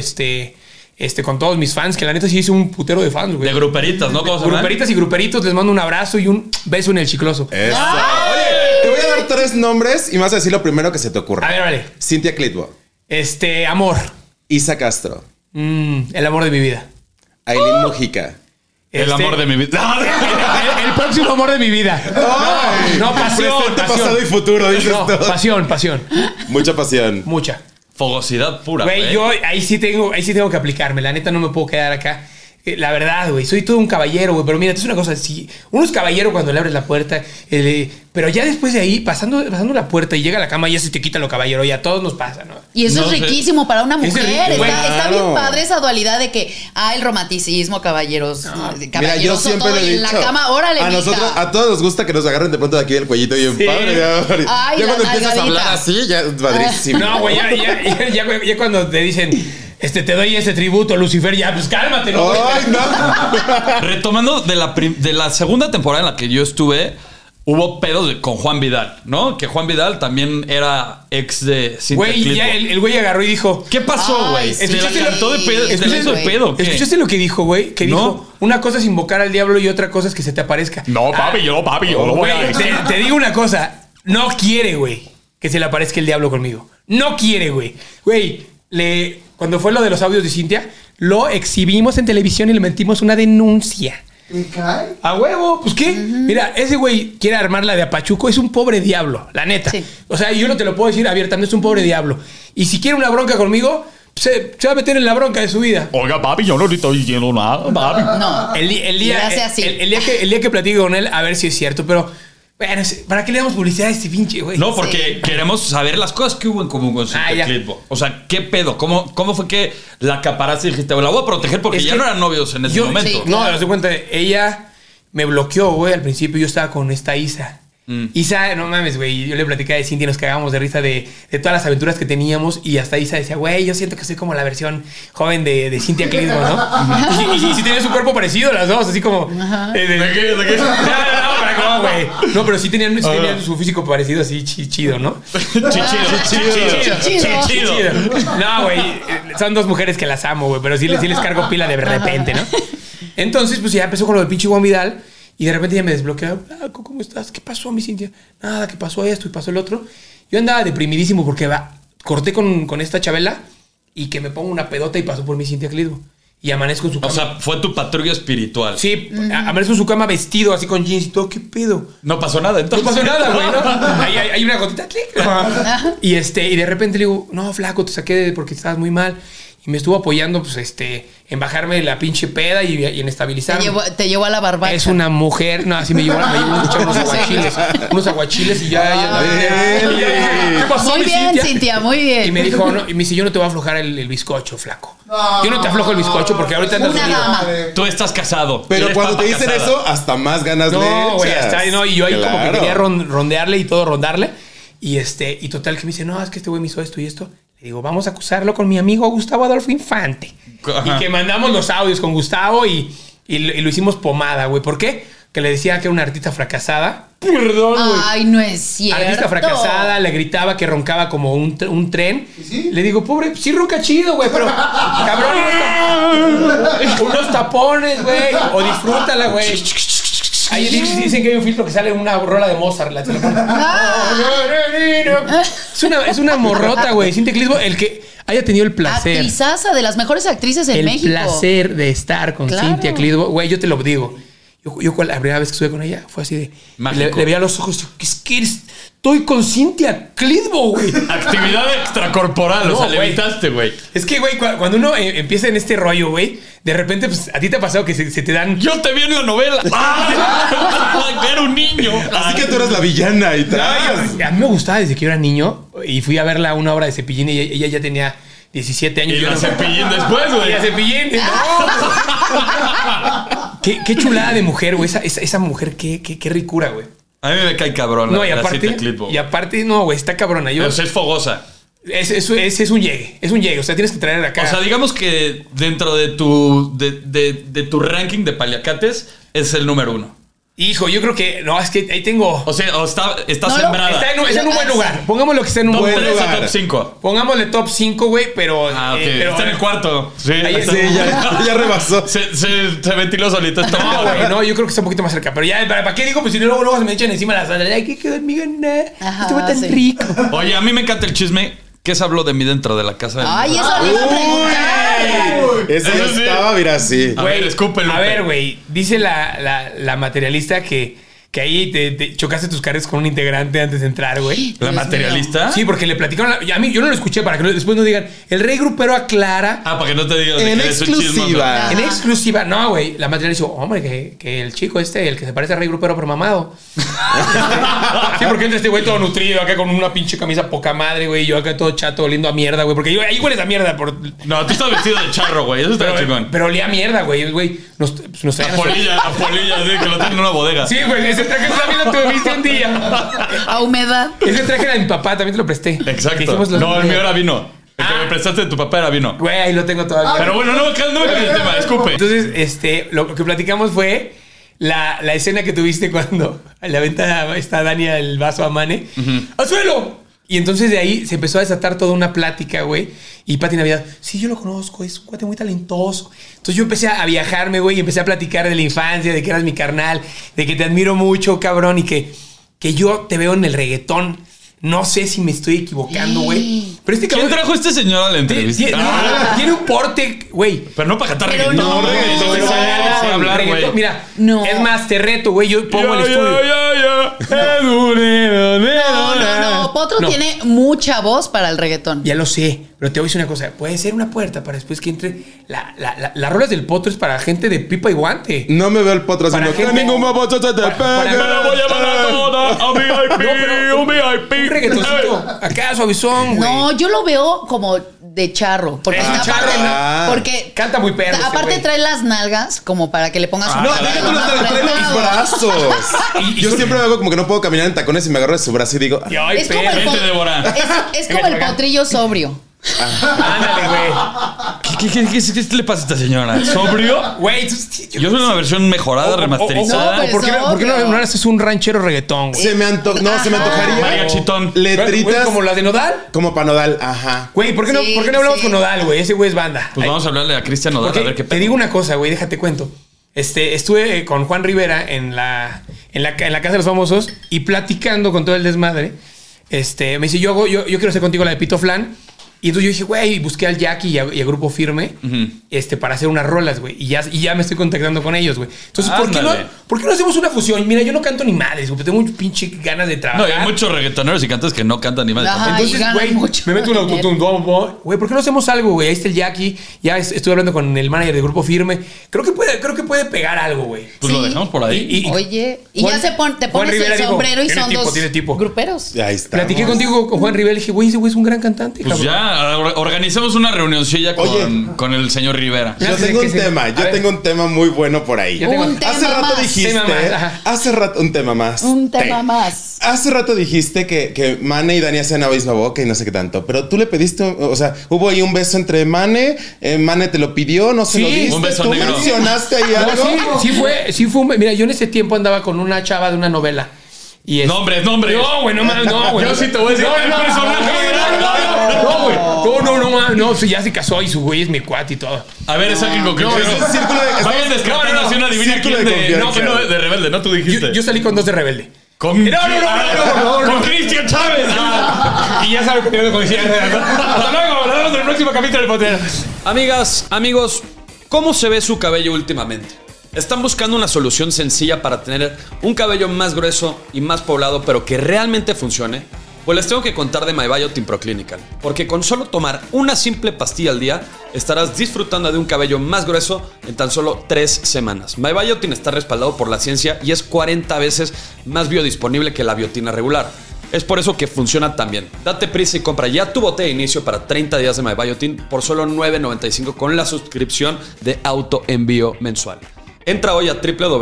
con todos mis fans, que la neta sí hice un putero de fans, güey. De gruperitas, ¿no? ¿Cómo se llama? Gruperitas y gruperitos, les mando un abrazo y un beso en el chicloso. Eso. Oye, te voy a dar 3 nombres y me vas a decir lo primero que se te ocurra. A ver, vale. Cynthia Clitbo, Amor. Isa Castro, El amor de mi vida. Aileen Mojica. El amor de mi vida. El próximo amor de mi vida. No, pasión. Presente, pasión. pasado y futuro, dices No, tú. pasión. Mucha pasión. Mucha. Fogosidad pura, Güey, yo ahí sí tengo que aplicarme. La neta no me puedo quedar acá. La verdad, güey, soy todo un caballero, güey. Pero mira, es una cosa así. Uno es caballero cuando le abres la puerta. Pero ya después de ahí, pasando la puerta y llega a la cama, ya se te quita lo caballero. Y a todos nos pasa, ¿no? Y eso No es sé. riquísimo para una Eso es mujer. rico, güey. Está Claro. bien padre esa dualidad de que, el romanticismo, caballeros. Mira, yo siempre todo, le he y dicho. en la cama, órale, a mija. nosotros, a todos nos gusta que nos agarren de pronto de aquí del cuellito y un Sí. padre. Ya, Ay, ya la cuando empiezas a nalgadita. hablar así, ya es padrísimo. No, güey, ya cuando te dicen, te doy ese tributo, Lucifer, ya, pues cálmate, ¿no? güey? Ay, no. Retomando de la segunda temporada en la que yo estuve, hubo pedos con Juan Vidal, ¿no? Que Juan Vidal también era ex de Cynthia Güey, Clitbo. ya el güey agarró y dijo, ¿Qué pasó, Ay, güey? sí. ¿Se la Escuchaste cantó de pedo? ¿Se la hizo de güey. pedo? ¿Qué? ¿escuchaste lo que dijo, güey? Que No. dijo, una cosa es invocar al diablo y otra cosa es que se te aparezca. No, papi, yo lo voy Güey, a... te digo una cosa. No quiere, güey, que se le aparezca el diablo conmigo. No quiere, güey. Güey, cuando fue lo de los audios de Cintia, lo exhibimos en televisión y le metimos una denuncia. ¿Me cae? A huevo, pues qué. Mira, ese güey quiere armar la de Apachuco, es un pobre diablo, la neta. Sí. O sea, yo no te lo puedo decir abiertamente, es un pobre diablo. Y si quiere una bronca conmigo, se va a meter en la bronca de su vida. Oiga, papi, yo no le estoy diciendo nada, papi. No. El día que platique con él, a ver si es cierto, pero bueno, ¿para qué le damos publicidad a este pinche güey? No, porque queremos saber las cosas que hubo en común con Cintia Clitbo. O sea, ¿qué pedo? ¿Cómo fue que la acaparaste y dijiste, la voy a proteger porque ya no eran novios en ese momento? Sí, no, te das cuenta, ella me bloqueó, güey. Al principio yo estaba con esta Isa. Isa, no mames, güey. Yo le platicaba de Cintia y nos cagábamos de risa de todas las aventuras que teníamos. Y hasta Isa decía, güey, yo siento que soy como la versión joven de Cintia Clitbo, ¿no? y sí tenía su cuerpo parecido las dos, así como. ¿De qué? No, güey. No, pero sí tenían su físico parecido, así chido, ¿no? Chido. No, güey. Son dos mujeres que las amo, güey. Pero sí les cargo pila de repente, ¿no? Entonces, pues ya empezó con lo del pinche Juan Vidal. Y de repente ya me desbloqueó. ¿Cómo estás? ¿Qué pasó, mi Cintia? Nada, ¿qué pasó esto y pasó el otro? Yo andaba deprimidísimo porque corté con esta Chabela y que me pongo una pedota y pasó por mi Cintia Clitbo. Y amanezco en su cama. O sea, fue tu patrulla espiritual. Sí, amanezco en su cama vestido así con jeans y todo. ¿Qué pedo? No pasó nada, entonces. No pasó nada, güey, ¿no? Hay una gotita. Y de repente le digo, no, flaco, te saqué porque estabas muy mal. Y me estuvo apoyando, pues, en bajarme la pinche peda y en estabilizarme. Te llevó a la barbacha. Es una mujer. No, así me llevó unos aguachiles. Unos aguachiles y ya. ¿Qué pasó, muy bien, Cintia? Cintia, muy bien. Y me dijo, no, y me dice, yo no te voy a aflojar el bizcocho, flaco. No, yo no te aflojo el bizcocho porque ahorita andas unido. Tú estás casado. Pero cuando te dicen eso, hasta más ganas le echas. No, güey, y yo ahí como que quería rondearle y todo, rondarle. Y total que me dice, no, es que este güey me hizo esto y esto. Le digo, vamos a acusarlo con mi amigo Gustavo Adolfo Infante. Ajá. Y que mandamos los audios con Gustavo y lo hicimos pomada, güey. ¿Por qué? Que le decía que era una artista fracasada. Perdón, güey. Ay, no es cierto. Artista fracasada, le gritaba que roncaba como un tren. ¿Sí? Le digo, pobre, sí ronca chido, güey, pero cabrón, unos tapones, güey. O disfrútala, güey. Ahí dicen que hay un filtro que sale una rola de Mozart. Es una morrota, güey. Cintia Clitbo, el que haya tenido el placer. Actrizaza, de las mejores actrices en México. El placer de estar con Cintia Clitbo. Güey, yo te lo digo. Yo la primera vez que estuve con ella fue así de... Le veía los ojos. Es que estoy con Cintia Clitbo, güey. Actividad extracorporal. No, o sea, le evitaste, güey. Es que, güey, cuando uno empieza en este rollo, güey, de repente, pues, a ti te ha pasado que se te dan... Yo te vi en la novela. Era un niño. Así que tú eras la villana y tal. A mí me gustaba desde que yo era niño y fui a verla una obra de Cepillín y ella ya tenía 17 años. Y la Cepillín después, güey. Y la Cepillín. Qué chulada de mujer, güey. Esa mujer, qué ricura, güey. A mí me cae cabrón. No, y aparte, no, güey, está cabrona. Pero es fogosa. Es un llegue. Es un llegue. O sea, tienes que traer acá. O sea, digamos que dentro de tu ranking de paliacates es el número 1. Hijo, yo creo que... No, es que ahí tengo... O sea, está sembrada. Está en un buen lugar. Pongámoslo que está en un buen lugar. Top 5. Pongámosle top 5 , güey, pero... Ok. Está en el cuarto. Sí, ya rebasó. Se ventiló solito. No, güey, no, yo creo que está un poquito más cerca. Pero ya, ¿para qué digo? Pues si luego se me echan encima las... Ay, ¿qué quedó en mi gana? Estuvo tan rico. Oye, a mí me encanta el chisme. ¿Qué se habló de mí dentro de la casa? Ay, eso me iba a preguntar. Eso ya estaba, mira, así. A ver, escúpelo. A ver, güey, dice la materialista que ahí te chocaste tus carros con un integrante antes de entrar, güey. ¿La materialista? Sí, porque le platicaron... A mí, yo no lo escuché para que después no digan... El rey grupero aclara... para que no te digan... En exclusiva. En exclusiva. No, güey. La materialista dijo... Hombre, que el chico el que se parece al rey grupero pero mamado. Sí, porque entra este güey todo nutrido acá con una pinche camisa poca madre, güey. Yo acá todo chato, oliendo a mierda, güey. Porque ahí hueles a mierda. No, tú estás vestido de charro, güey. Eso está chingón. Pero olía a mierda, güey. Nos traían... A polilla, sí, que lo tienen en una bodega. Sí, güey. Ese traje también lo tuviste un día. A humedad. Ese traje era de mi papá, también te lo presté. Exacto. No, el mío era vino. El que me prestaste de tu papá era vino. Güey, ahí lo tengo todavía. Pero bueno, no me cambies el tema, disculpe. Entonces, lo que platicamos fue la escena que tuviste cuando le aventa esta Dania el vaso a Mane. ¡Al suelo! Y entonces de ahí se empezó a desatar toda una plática, güey. Y Pati Navidad, sí, yo lo conozco, es un cuate muy talentoso. Entonces yo empecé a viajarme, güey, y empecé a platicar de la infancia, de que eras mi carnal, de que te admiro mucho, cabrón, y que yo te veo en el reggaetón. No sé si me estoy equivocando, güey. Pero este ¿Quién trajo a este señor a la entrevista? Tiene un porte, güey. Pero no para cantar Pero reggaetón. no, Pero hablar, güey. Mira, No. es más, te reto, güey. Yo pongo el estudio. No. Potro tiene mucha voz para el reggaetón. Ya lo sé, pero te voy a decir una cosa. Puede ser una puerta para después que entre... Las rolas del Potro es para gente de pipa y guante. No me veo el potro haciendo Para que gente- ningún baboso se te para- pegue. Me la voy a llevar a toda a VIP, un VIP. Un reggaetoncito. Acá, suavizón, güey. No, yo lo veo como de charro. Porque Es un aparte, charro, ¿no? porque Canta muy perro. aparte trae las nalgas como para que le pongas un No, poquito déjate más los trae los apretado. brazos. Yo siempre me hago como que no puedo caminar en tacones y me agarro de su brazo y digo, Ay, Es como el, Vente, Débora. es como el potrillo sobrio. Ándale, güey. ¿Qué le pasa a esta señora? ¿Sobrio? Güey, Yo soy una versión mejorada, remasterizada. No, pero ¿Por qué no haces un ranchero reggaetón, güey? se me antojaría Mariachitón. Güey, letritas como las de Nodal. como para Nodal, ajá. Güey, ¿por qué no hablamos Sí. con Nodal, güey? Ese güey es banda. Pues vamos a hablarle a Cristian Nodal Porque a ver qué te pedo. digo una cosa, güey, déjate cuento. Estuve con Juan Rivera en la Casa de los Famosos y platicando con todo el desmadre. Me dice, yo quiero hacer contigo la de Pito Flan. Y entonces yo dije, güey, busqué al Jackie y a Grupo Firme para hacer unas rolas, güey. Y ya me estoy contactando con ellos, güey. Entonces, ¿por qué Ándale. no hacemos una fusión? Mira, yo no canto ni madres, güey. Tengo un pinche ganas de No, trabajar. y hay muchos reggaetoneros y cantantes que no cantan ni más. Ajá. Entonces, y ganan güey, mucho. me meto un autotune. Güey, ¿por qué no hacemos algo, güey? Ahí está el Jackie. Ya estuve hablando con el manager de Grupo Firme. Creo que puede pegar algo, güey. Pues lo dejamos por ahí. Oye, y Juan- ya te Juan pones Rivera el dijo, sombrero y tiene son tipo, dos tiene tipo. gruperos. Ya está. Platiqué contigo con Juan Rivera y dije, güey, ese güey es un gran cantante. Pues cabrón. ya, organicemos una reunioncilla Oye. con el señor Rivera. Yo Ya sé tengo que un sí. tema, A yo ver. tengo un tema muy bueno por ahí. Yo tengo- Un tema Hace rato más. dijiste, Tema más, ajá. hace rato un tema más. Un tema más. Hace rato dijiste que Mane y Dani hacían la misma boca y no sé qué tanto, pero tú le pediste, o sea, hubo ahí un beso entre Mane, Mane te lo pidió, no se Sí, lo diste, un beso tú negro. mencionaste ahí No, algo. sí fue. Mira, yo en ese tiempo andaba con una chava de una novela. Y Nombres. No, güey, no mames, no, güey. Yo sí te voy a decir, el personaje. No, güey. No, sí, ya se casó y su güey es mi cuate y todo. A ver, es alguien con que No, es un círculo de- vayan descartando así una divina círculo quién de de... confianza. No, pero de Rebelde, ¿no? Tú dijiste. Yo salí con dos de Rebelde. Con... No. Con Cristian Chávez. Y ya saben que tengo con Hasta luego, nos vemos en el próximo capítulo del Potrero. Amigas, amigos, ¿cómo se ve su cabello últimamente? ¿Están buscando una solución sencilla para tener un cabello más grueso y más poblado, pero que realmente funcione? Pues les tengo que contar de MyBiotin Pro Clinical, porque con solo tomar una simple pastilla al día, estarás disfrutando de un cabello más grueso en tan solo 3 semanas. MyBiotin está respaldado por la ciencia y es 40 veces más biodisponible que la biotina regular. Es por eso que funciona tan bien. Date prisa y compra ya tu bote de inicio para 30 días de MyBiotin por solo $9.95 con la suscripción de autoenvío mensual. Entra hoy a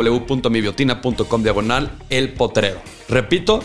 www.mibiotina.com/El Potrero. Repito,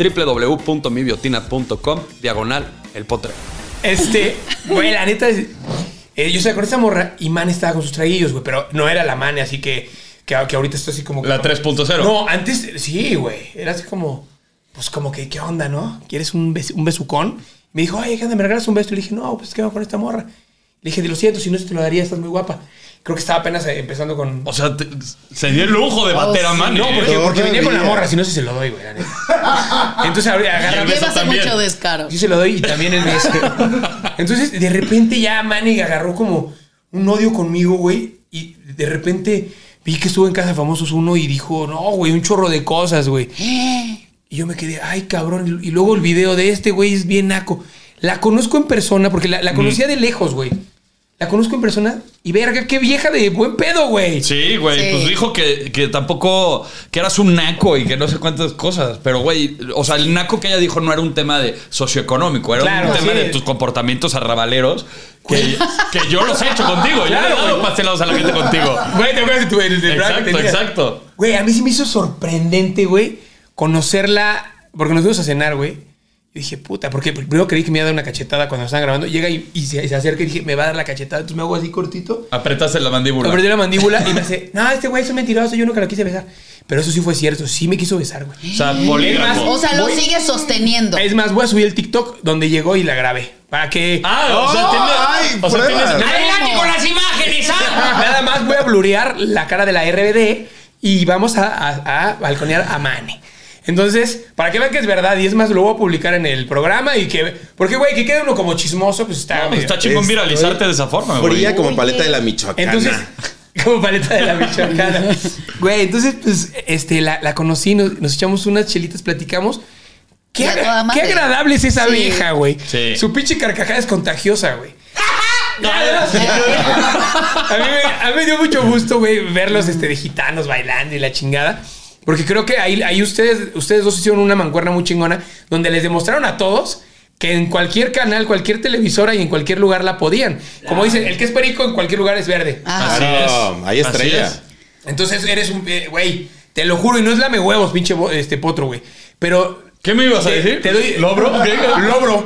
www.mibiotina.com/El Potrero. Güey, la neta es. Yo estaba con esta morra y Man estaba con sus traguillos, güey, pero no era la Mane, así que ahorita estoy así como. La 3.0. No, antes sí, güey. Era así como. Pues como que, ¿qué onda, no? ¿Quieres un besucón? Me dijo, ay, ¿qué onda? ¿Me regalas un beso? Y le dije, no, pues, ¿qué va con esta morra? Le dije, lo siento, si no se te lo daría, estás muy guapa. Creo que estaba apenas empezando con. O sea, se dio el lujo de bater a Manny. No, porque venía con la Todavía. morra, si no, si se lo doy, güey. La neta. Entonces, agarra. el beso Llevas también. mucho descaro. Sí se lo doy y también el beso. Entonces, de repente ya Manny agarró como un odio conmigo, güey. Y de repente vi que estuvo en Casa de Famosos 1 y dijo, no, güey, un chorro de cosas, güey. Y yo me quedé, ay, cabrón. Y luego el video de este güey es bien naco. La conozco en persona porque la conocía de lejos, güey. La conozco en persona y verga, qué vieja de buen pedo, güey. Sí, güey, Sí. pues dijo que tampoco, que eras un naco y que no sé cuántas cosas, pero güey, o sea, el naco que ella dijo no era un tema de socioeconómico, era Claro, un tema sí. de tus comportamientos arrabaleros que yo los he hecho contigo, yo le he Claro, dado güey. pastelados a la gente contigo. Güey, ¿te acuerdas de tu del drag que Exacto, tenías? exacto. Güey, a mí sí me hizo sorprendente, güey, conocerla, porque nos fuimos a cenar, güey. Y dije, puta, porque primero creí que me iba a dar una cachetada cuando estaban grabando. Llega y se acerca y dije, me va a dar la cachetada. Entonces me hago así cortito. Apretaste la mandíbula. Abrí la mandíbula y me hace, no, este güey es un mentiroso, yo nunca lo quise besar. Pero eso sí fue cierto, sí me quiso besar, güey. O sea, polígrafo. O sea, lo Voy- sigue sosteniendo. Es más, voy a subir el TikTok donde llegó y la grabé. Para que... Ah, o sea, tiene... ay, o sea, pruebas. tienes... ¡Adelante con las imágenes! Nada más voy a blurear la cara de la RBD y vamos a balconear a Mane. Entonces, para que vean que es verdad, y es más, lo voy a publicar en el programa y que... Porque, güey, que quede uno como chismoso, pues está... No, está chingón viralizarte de esa forma, güey. Fría como paleta de la Michoacana. Entonces, como paleta de la Michoacana. Güey, entonces, pues, la conocí, nos echamos unas chelitas, platicamos. Qué agradable es esa vieja, güey. Sí. Su pinche carcajada es contagiosa, güey. A mí me dio mucho gusto, güey, verlos de gitanos bailando y la chingada. Porque creo que ahí ustedes dos hicieron una mancuerna muy chingona donde les demostraron a todos que en cualquier canal, cualquier televisora y en cualquier lugar la podían. Como dicen, el que es perico en cualquier lugar es verde. Así es. Hay estrella. Entonces eres un... Güey, te lo juro, y no es lame huevos, pinche potro, güey. Pero... ¿Qué me ibas a decir? Te doy... ¿Lobro? Lobro.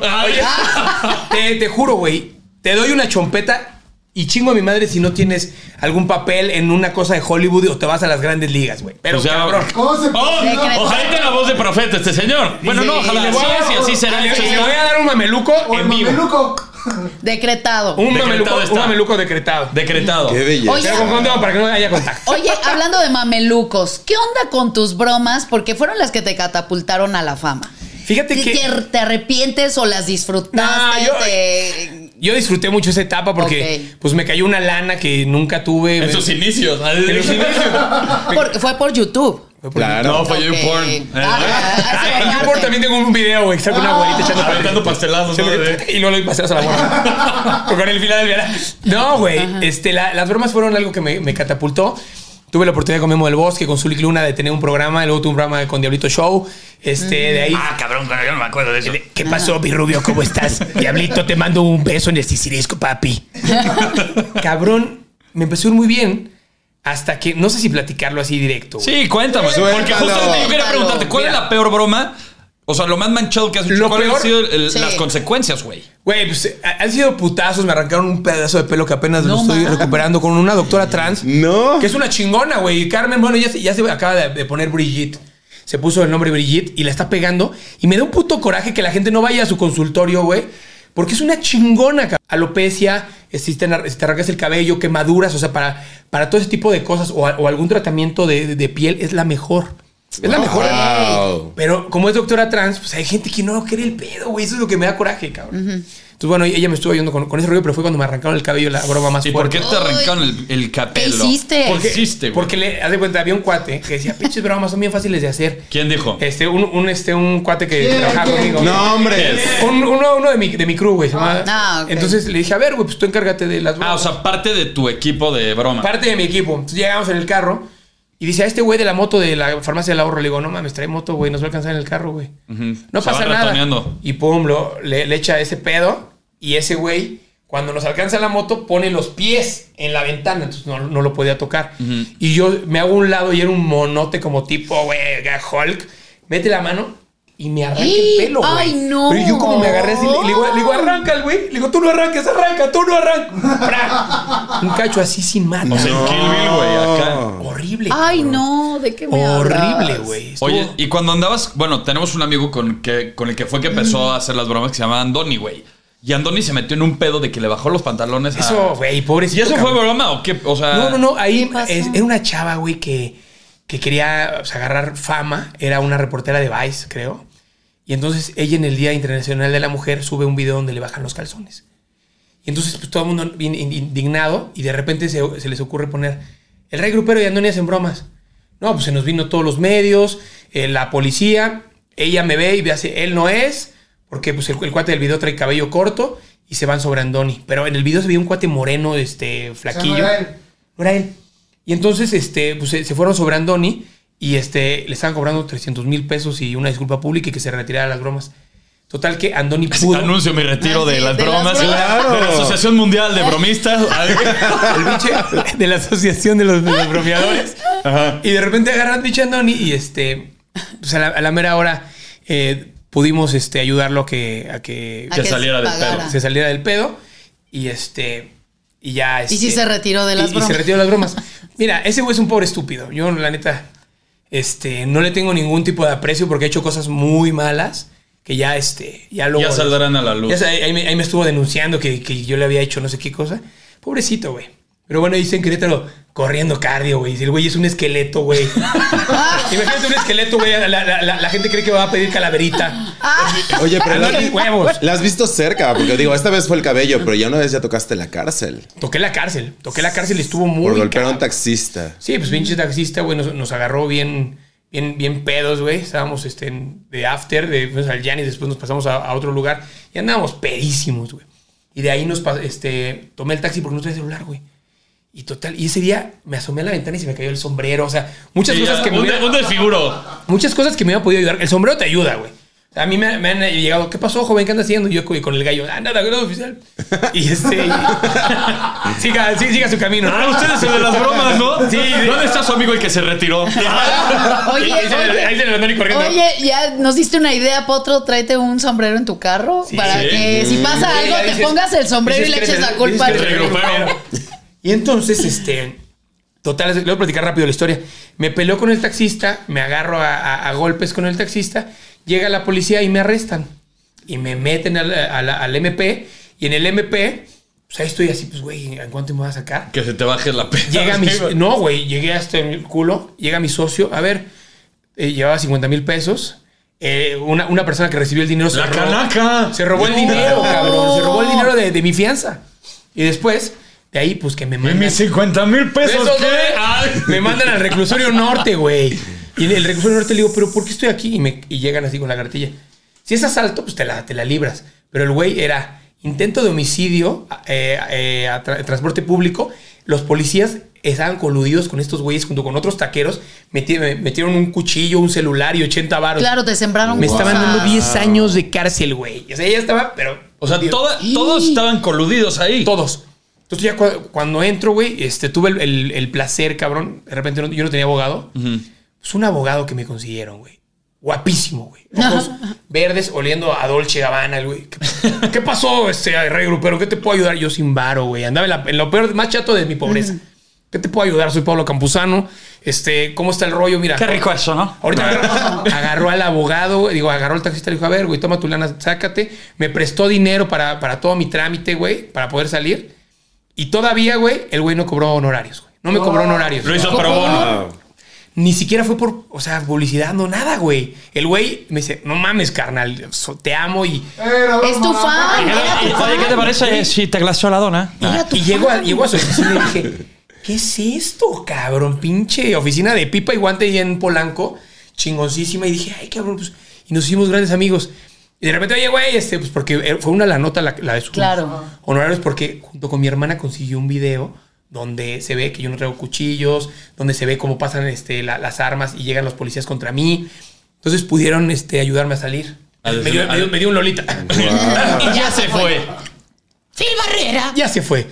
Te juro, güey. Te doy una chompeta y chingo a mi madre si no tienes algún papel en una cosa de Hollywood o te vas a las grandes ligas, güey. Pero, cabrón. Ojalá tenga voz de profeta este señor. Bueno, no, ojalá y así será. Le voy a dar un mameluco en vivo. Decretado. Un mameluco decretado. Decretado. Qué belleza. Oye, Pero con condón para que no haya contacto. Oye, hablando de mamelucos, ¿qué onda con tus bromas? Porque fueron las que te catapultaron a la fama. Fíjate que... ¿Te arrepientes o las disfrutaste? Yo disfruté mucho esa etapa porque pues me cayó una lana que nunca tuve. En sus inicios. En los inicios. Fue por YouTube. Claro. No, fue YouPorn. En YouPorn también tengo un video, güey, que está con una abuelita echando pastelazos. Y no le doy pastelazos a la morra. Con el final del viaje. No, güey. Las bromas fueron algo que me catapultó. Tuve la oportunidad con Memo del Bosque, con Zulik Luna, de tener un programa. Luego tuve un programa con Diablito Show. De ahí... cabrón, yo no me acuerdo de eso. ¿Qué pasó, mi rubio? ¿Cómo estás? Diablito, te mando un beso en el sisirisco, papi. Cabrón, me empezó a ir muy bien. Hasta que... No sé si platicarlo así directo, güey. Sí, cuéntame. Porque justamente yo quería preguntarte, ¿cuál es la peor broma? O sea, lo más manchado que has hecho. ¿Cuáles han sido las consecuencias, güey? Güey, pues han sido putazos. Me arrancaron un pedazo de pelo que apenas lo estoy recuperando con una doctora trans. No. Que es una chingona, güey. Carmen, bueno, ya se acaba de poner Brigitte. Se puso el nombre Brigitte y la está pegando. Y me da un puto coraje que la gente no vaya a su consultorio, güey. Porque es una chingona, cabrón. Alopecia, si te arrancas el cabello, quemaduras. O sea, para todo ese tipo de cosas o algún tratamiento de piel es la mejor. Es la mejor. Pero como es doctora trans, pues hay gente que no quiere el pedo, güey. Eso es lo que me da coraje, cabrón. Entonces, bueno, ella me estuvo ayudando con ese rollo, pero fue cuando me arrancaron el cabello la broma más fuerte. ¿Y por qué te arrancaron el cabello? ¿Qué hiciste? Porque haz de cuenta, había un cuate que decía, pinches bromas son bien fáciles de hacer. ¿Quién dijo? Un cuate que trabajaba conmigo. No, hombre. Uno de mi crew, güey. Okay. Entonces le dije, a ver, güey, pues tú encárgate de las bromas. O sea, parte de tu equipo de broma. Parte de mi equipo. Entonces llegamos en el carro y dice, a este güey de la moto de la farmacia del ahorro, le digo, no mames, trae moto, güey, nos va a alcanzar en el carro, güey. No pasa nada. Y pum, le echa ese pedo. Y ese güey, cuando nos alcanza la moto, pone los pies en la ventana. Entonces no lo podía tocar. Y yo me hago a un lado y era un monote como tipo, güey, Hulk. Mete la mano y me arranca el pelo, güey. ¡Ay, no! Pero yo como me agarré así, le digo, arranca el güey. Le digo, tú no arranques, tú no arrancas. Un cacho así sin mano. O sea, en Kill Bill, güey, acá. Horrible. Ay, no, ¿de qué me hablas? Horrible, güey. Oye, y cuando andabas... Bueno, tenemos un amigo con el que fue que empezó a hacer las bromas que se llama Andoni, güey. Y Andoni se metió en un pedo de que le bajó los pantalones a... Eso, güey, pobrecito. ¿Y eso fue broma o qué? O sea... No. Ahí era una chava, güey, que quería agarrar fama. Era una reportera de Vice, creo. Y entonces ella en el Día Internacional de la Mujer sube un video donde le bajan los calzones. Y entonces pues, todo el mundo bien indignado. Y de repente se les ocurre poner... El Rey Grupero y Andoni hacen bromas. No, pues se nos vino todos los medios. La policía. Ella me ve y me hace... Él no es... Porque pues, el cuate del video trae cabello corto y se van sobre Andoni. Pero en el video se veía un cuate moreno, flaquillo. O sea, no era él. Y entonces pues, se fueron sobre Andoni y le estaban cobrando 300,000 pesos y una disculpa pública y que se retirara las bromas. Total que Andoni pudo... Anuncio mi retiro de las bromas. Claro. De la Asociación Mundial de Bromistas. El biche de la Asociación de los Bromeadores. Ajá. Y de repente agarran biche Andoni y pues a la mera hora... pudimos ayudarlo a que saliera del pedo. Se saliera del pedo y ya... ¿Y si se retiró de las bromas? Y se retiró de las bromas. Mira, ese güey es un pobre estúpido. Yo, la neta, no le tengo ningún tipo de aprecio porque ha hecho cosas muy malas que ya luego... Ya saldrán a la luz. Ahí me estuvo denunciando que yo le había hecho no sé qué cosa. Pobrecito, güey. Pero bueno, dicen que Querétaro corriendo cardio, güey. El güey es un esqueleto, güey. Imagínate un esqueleto, güey. La gente cree que va a pedir calaverita. Oye, pero huevos. la has visto cerca, porque digo, esta vez fue el cabello, pero ya una vez ya tocaste la cárcel. Toqué la cárcel y estuvo muy... Por golpear a un taxista. Sí, pues pinche taxista, güey, nos agarró bien pedos, güey. Estábamos de after, fuimos al Giannis, después nos pasamos a otro lugar y andábamos pedísimos, güey. Y de ahí tomé el taxi porque no traía celular, güey. Y total, y ese día me asomé a la ventana y se me cayó el sombrero. O sea, muchas cosas que un desfiguro. Muchas cosas que me hubieran podido ayudar. El sombrero te ayuda, güey. A mí me han llegado, ¿qué pasó, joven? ¿Qué anda haciendo? Y yo con el gallo, nada, grado oficial. Y siga su camino. Usted es el de las bromas, ¿no? Sí. ¿Dónde está su amigo el que se retiró? Oye, ahí se le mandó corriendo. Oye, ya nos diste una idea, Potro. Tráete un sombrero en tu carro para que si pasa algo te pongas el sombrero y le eches la culpa al regrupero. Y entonces, total, le voy a platicar rápido la historia. Me peleó con el taxista, me agarro a golpes con el taxista, llega la policía y me arrestan. Y me meten al MP, y en el MP, pues ahí estoy así, pues, güey, ¿en cuánto me vas a sacar? Que se te baje la pena. No, güey, llegué hasta el culo, llega mi socio, a ver, llevaba 50,000 pesos. Una persona que recibió el dinero ¡La calaca! Se robó el dinero, cabrón. Se robó el dinero de mi fianza. Y después... De ahí, pues que me mandan... ¿Y mis 50,000 pesos qué? Me mandan al reclusorio norte, güey. Y en el reclusorio norte le digo, ¿pero por qué estoy aquí? Y llegan así con la cartilla. Si es asalto, pues te la libras. Pero el güey era intento de homicidio, transporte público. Los policías estaban coludidos con estos güeyes junto con otros taqueros. Metieron un cuchillo, un celular y 80 varos. Claro, te sembraron. Me estaban dando 10 años de cárcel, güey. O sea, ya estaba, pero... O sea, todos estaban coludidos ahí. Todos. Entonces ya cuando entro, güey, tuve el placer, cabrón. De repente yo no tenía abogado. Pues un abogado que me consiguieron, güey. Guapísimo, güey. Ojos verdes, oliendo a Dolce Gabbana, güey. ¿Qué pasó, rey grupero? ¿Qué te puedo ayudar? Yo sin varo, güey. Andaba en lo peor, más chato de mi pobreza. ¿Qué te puedo ayudar? Soy Pablo Campuzano. ¿Cómo está el rollo? Mira. Qué rico eso, ¿no? Ahorita agarró al abogado, agarró al taxista y le dijo, a ver, güey, toma tu lana, sácate. Me prestó dinero para todo mi trámite, güey, para poder salir. Y todavía, güey, el güey no cobró honorarios, güey. No me cobró honorarios. Lo hizo pro bono. Ni siquiera fue por, publicidad, no nada, güey. El güey me dice, no mames, carnal, te amo y... Es tu fan. Oye, ¿qué te parece si te glaseó la dona? Y llegó a su oficina y le dije, ¿qué es esto, cabrón? Pinche oficina de pipa y guante ahí en Polanco, chingoncísima. Y dije, ay, cabrón, pues... Y nos hicimos grandes amigos. Y de repente, oye, güey, pues porque fue la nota la de sus honorarios, porque junto con mi hermana consiguió un video donde se ve que yo no traigo cuchillos, donde se ve cómo pasan las armas y llegan los policías contra mí. Entonces pudieron ayudarme a salir. Me dio un Lolita. Wow. Y ya se fue. Phil Barrera. Ya se fue.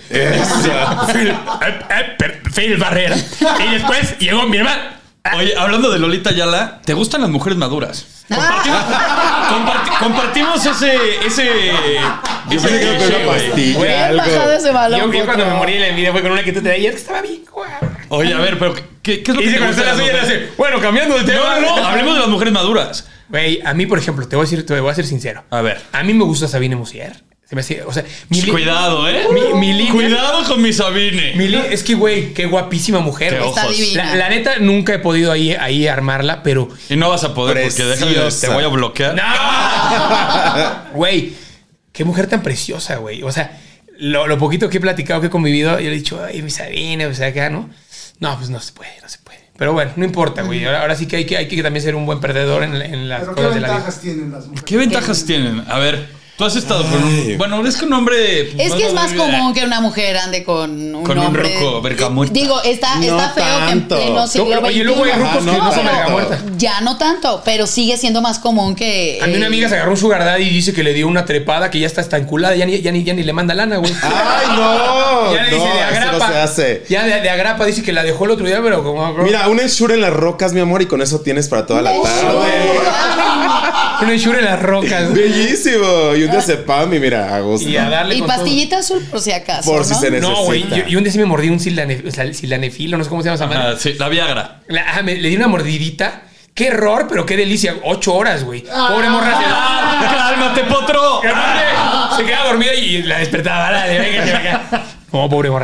Phil Barrera. Y después llegó mi hermana. Oye, hablando de Lolita Ayala, ¿te gustan las mujeres maduras? Compartimos ese yo pensé que era una pastilla, algo. Ese balón, yo cuando me morí en la envidia fue con una que tú te veías que estaba bien, güey. Oye, a ver, pero ¿qué es lo que te gusta de las mujeres? Bueno, cambiando de tema. No, hablemos de las mujeres maduras. Güey, a mí, por ejemplo, te voy a ser sincero. A ver. A mí me gusta Sabine Musier. Se me hacía, o sea, cuidado, mi línea, cuidado con mi Sabine. Es que, güey, qué guapísima mujer. Qué está divina. La neta, nunca he podido ahí armarla, pero... Y no vas a poder preciosa. Porque déjame, te voy a bloquear. ¡No! Güey, qué mujer tan preciosa, güey. O sea, lo poquito que he platicado, que he convivido, yo le he dicho, ay, mi Sabine, o sea, acá, ¿no? No, pues no se puede. Pero bueno, no importa, güey. Ahora sí que hay que también ser un buen perdedor en las cosas de la vida. ¿Qué ventajas tienen las mujeres? ¿Qué ventajas tienen? A ver... Tú has estado con un... Bueno, es que un hombre... Es que es más común que una mujer ande con un hombre... Con un ruco, verga muerta. Digo, está feo tanto. que en pleno siglo XXI... Oye, luego hay rucos que no son verga muerta. Ya no tanto, pero sigue siendo más común que... A mí una amiga se agarró un sugar daddy y dice que le dio una trepada que ya está enculada. Ya ni le manda lana, güey. ¡Ay, no! Ya le dice de agrapa. Eso no se hace. Ya de agrapa dice que la dejó el otro día, pero como... Mira, un ensure en las rocas, mi amor, y con eso tienes para toda la tarde. Un ensure en las rocas. Bellísimo. Y un diazepam y mira, a gusto. Y pastillita azul por si acaso, por si se necesita. No, güey. Yo un día sí me mordí un silanefil, no sé cómo se llama esa madre. Sí, la Viagra. Le di una mordidita. Qué error, pero qué delicia. 8 horas, güey. Pobre morra. ¡Cálmate, potro! Se queda dormida y la despertaba. Venga. No, pobre morra.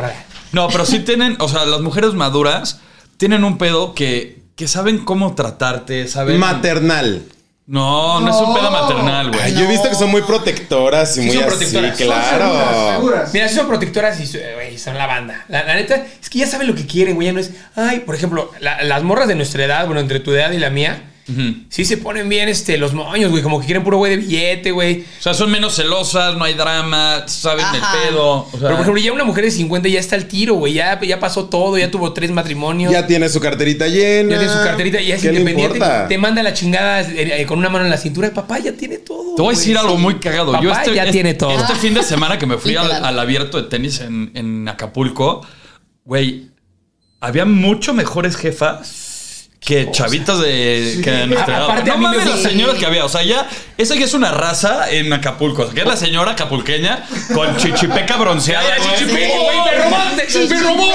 No, pero sí tienen, o sea, las mujeres maduras tienen un pedo que saben cómo tratarte, saben... Maternal. No es un pedo maternal, güey. Yo he visto que son muy protectoras y Sí, muy son así, protectoras. claro. Seguras. Mira, sí son protectoras y güey, son la banda. La neta, es que ya saben lo que quieren, güey. Ya no es, ay, por ejemplo, las morras de nuestra edad, bueno, entre tu edad y la mía, sí se ponen bien los moños, güey. Como que quieren puro güey de billete, güey. O sea, son menos celosas, no hay drama, saben el pedo. O sea, Pero, por ejemplo, ya una mujer de 50 ya está al tiro, güey. Ya pasó todo, ya tuvo 3 matrimonios. Ya tiene su carterita llena. Ya tiene su carterita, ya es ¿Qué le independiente. importa? Te manda la chingada con una mano en la cintura. Papá ya tiene todo. te voy a decir güey. algo muy cagado. Papá ya tiene todo. Este fin de semana que me fui Literal. al abierto de tenis en Acapulco, güey, había mucho mejores jefas que chavitas que de nuestra edad. Aparte, No a mí me mames las gusta- señoras que había. O sea, esa ya es una raza en Acapulco. O sea, que es la señora acapulqueña con chichipeca bronceada. Ay, güey. chichipeca, güey, me robaste. Me robó.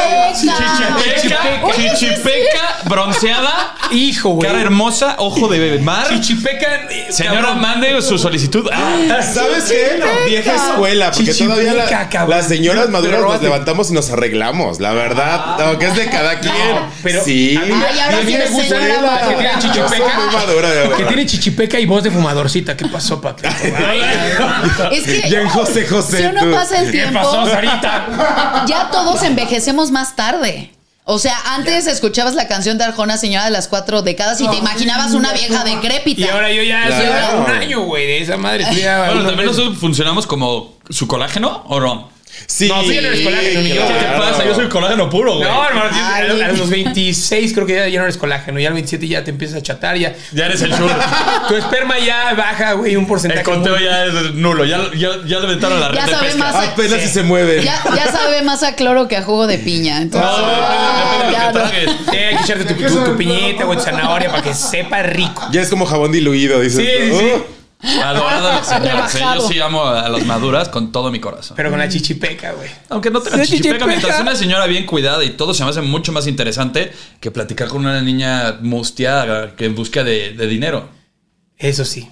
Chichipeca bronceada. Hijo, güey. Cara hermosa, ojo de mar. Chichipeca. Señora, cabrón. mande su solicitud. ¿Sabes qué? Vieja escuela, porque todavía Chichipeca, cabrón. las señoras Pero maduras nos róbate. levantamos y nos arreglamos, la verdad. No, que es de cada quien. Pero sí. a mí Ay, ahora a mí sí me eres gusta señora las que madura. tienen Yo soy chichipeca. muy madura, de verdad. Que tiene chichipeca y voz de fumadorcita. ¿Qué pasó, Patrick? Es que Ya en José José, si uno tú. pasa el ¿Qué tiempo, pasó, Sarita? ya todos envejecemos más tarde. O sea, antes escuchabas la canción de Arjona, Señora de las 4 décadas, y te imaginabas una vieja decrépita. Y ahora yo ya Claro. soy a un año, güey, de esa madre. Estoy ya- Bueno, también nosotros funcionamos como su colágeno, ¿o no? Sí, No, tú ya no eres colágeno, ni yo. ¿Qué te pasa? Yo soy colágeno puro, güey. No, hermano, Ay. a los 26 creo que ya no eres colágeno. Ya a los 27 ya te empiezas a chatar. Ya Ya eres el churro. tu esperma ya baja, güey, un porcentaje. El conteo muy- ya es nulo. Ya le metieron la red Ya de sabe pesca. más a- Apenas si se mueve. Ya sabe más a cloro que a jugo de piña. Entonces, Depende de ya lo que no. tragues. Sí, hay que echarte tu piñita, güey, tu zanahoria para que sepa rico. Ya es como jabón diluido, dices. Sí, tú. sí, sí. Adorado las señoras. Rebajado. Yo sí amo a las maduras con todo mi corazón. Pero con la chichipeca, güey. Aunque no tenga Sí, chichipeca, chichipeca. mientras una señora bien cuidada y todo se me hace mucho más interesante que platicar con una niña mustia que en busca de dinero. Eso sí.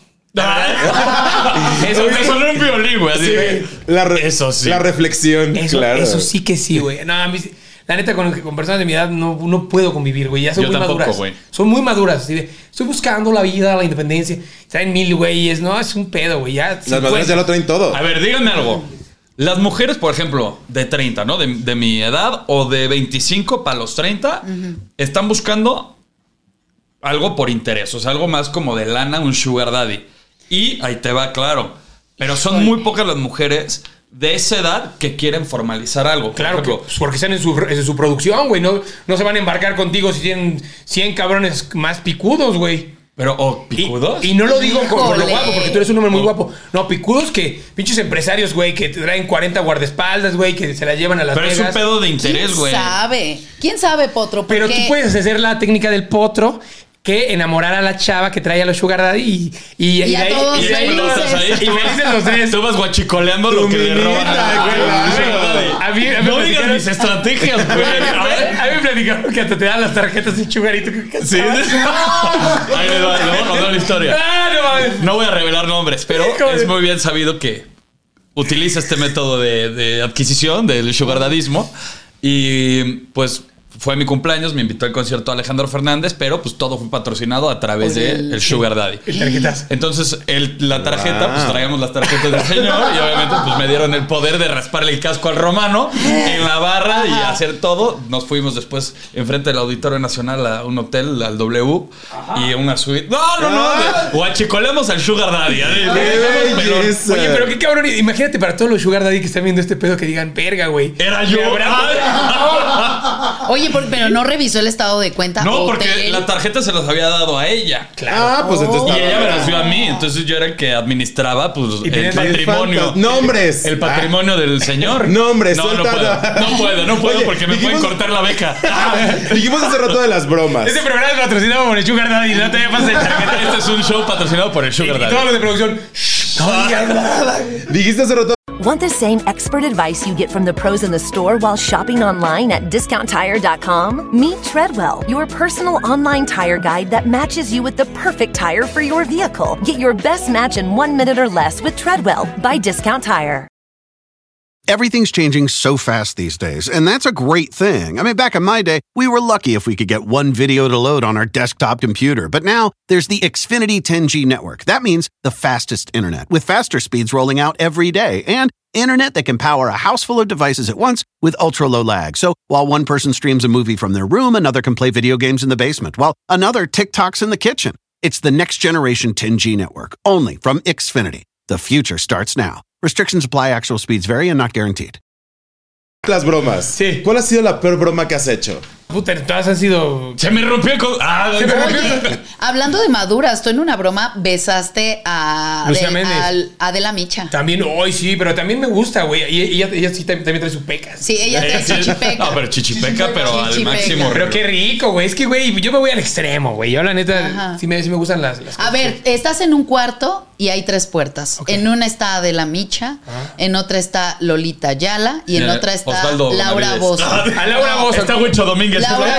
Eso me sonó un violín, güey. así Sí, de- Eso sí. La reflexión, claro. Eso sí que sí, güey. No, a mí sí- la neta, con personas de mi edad no puedo convivir, güey. Ya son Yo muy tampoco, maduras. güey. Son muy maduras. Así de, estoy buscando la vida, la independencia. Traen 1000 güeyes. No, es un pedo, güey. Ya, Las maduras ya lo traen todo. A ver, díganme algo. Las mujeres, por ejemplo, de 30, ¿no? De mi edad o de 25 para los 30, están buscando algo por interés, o sea, algo más como de lana, un sugar daddy. Y ahí te va, claro. Pero son muy pocas las mujeres de esa edad que quieren formalizar algo. Por Claro, que, ejemplo, pues, porque están en su producción, güey. No se van a embarcar contigo si tienen 100 cabrones más picudos, güey. pero, ¿picudos? Y no lo digo por lo Híjole. guapo, porque tú eres un hombre muy guapo. No, picudos que pinches empresarios, güey, que te traen 40 guardaespaldas, güey, que se la llevan a Las Pero es un Vegas. pedo de interés, ¿Quién güey. sabe? ¿Quién sabe, Potro? Pero Porque tú puedes hacer la técnica del potro que enamorar a la chava que trae a los sugar daddy y Y a de ahí- todos y de ahí felices. todos ahí, y felices los tres. Tú vas guachicoleando lo que le minita, roban. güey. A mí me No digas platicaron- mis estrategias, güey. A ver. A mí me platicaron que hasta te dan las tarjetas de sugar y tú Sí. Ahí les va, luego nos da la historia. ¡Ah, no mames! No voy a revelar nombres, pero Híjole. es muy bien sabido que utiliza este método de adquisición del sugar dadismo. Y pues fue mi cumpleaños, me invitó al concierto Alejandro Fernández, pero pues todo fue patrocinado a través del Sugar Daddy. El tarjetazo. Entonces, la tarjeta, pues traíamos las tarjetas del señor y obviamente pues me dieron el poder de rasparle el casco al romano en la barra y hacer todo. Nos fuimos después enfrente del Auditorio Nacional a un hotel, al W, y a una suite. No. Guachicoleamos al Sugar Daddy. ¡Qué belleza! Oye, pero qué cabrón. Imagínate para todos los sugar daddy que están viendo este pedo que digan, verga, güey. Era yo. Me habrá- Oye, pero no revisó el estado de cuenta. No, hotel. porque la tarjeta se las había dado a ella. Ah, pues entonces Y está ella me raro. las dio a mí. Entonces yo era el que administraba pues, Y el tenías patrimonio. Nombres. El patrimonio del señor. Nombres, No, no suelta. puedo. No puedo Oye, porque me pueden dijimos- cortar la beca. Dijimos hace rato de las bromas. Este programa es patrocinado por el sugar daddy. No te pases el tarjeta. Este es un show patrocinado por el Sugar Y todos Daddy. los de producción. "Shh, no digas nada". Dijiste hace rato. Want the same expert advice you get from the pros in the store while shopping online at discounttire.com? Meet Treadwell, your personal online tire guide that matches you with the perfect tire for your vehicle. Get your best match in 1 minute or less with Treadwell by Discount Tire. Everything's changing so fast these days, and that's a great thing. I mean, back in my day, we were lucky if we could get one video to load on our desktop computer. But now, there's the Xfinity 10G network. That means the fastest internet, with faster speeds rolling out every day, and internet that can power a house full of devices at once with ultra-low lag. So while one person streams a movie from their room, another can play video games in the basement, while another TikToks in the kitchen. It's the next generation 10G network, only from Xfinity. The future starts now. Restrictions apply. Actual speeds vary and not guaranteed. Las bromas. Sí. ¿Cuál ha sido la peor broma que has hecho? Puta, todas han sido... Se me rompió el... Oye, hablando de maduras, tú en una broma besaste a Lucía Méndez. Adela Micha. También, hoy sí, pero también me gusta, güey. Y ella sí también trae sus pecas. Sí, ella trae chichipeca. No, pero chichipeca, pero al máximo. Pero qué rico, güey. Es que, güey, yo me voy al extremo, güey. Yo, la neta, sí me gustan las cosas. A ver, estás en un cuarto y hay 3 puertas. Okay. En una está Adela Micha, en otra está Lolita Ayala y en otra está Osvaldo Laura Bozzo. A Laura Bozzo. Está Huicho Domínguez. Laura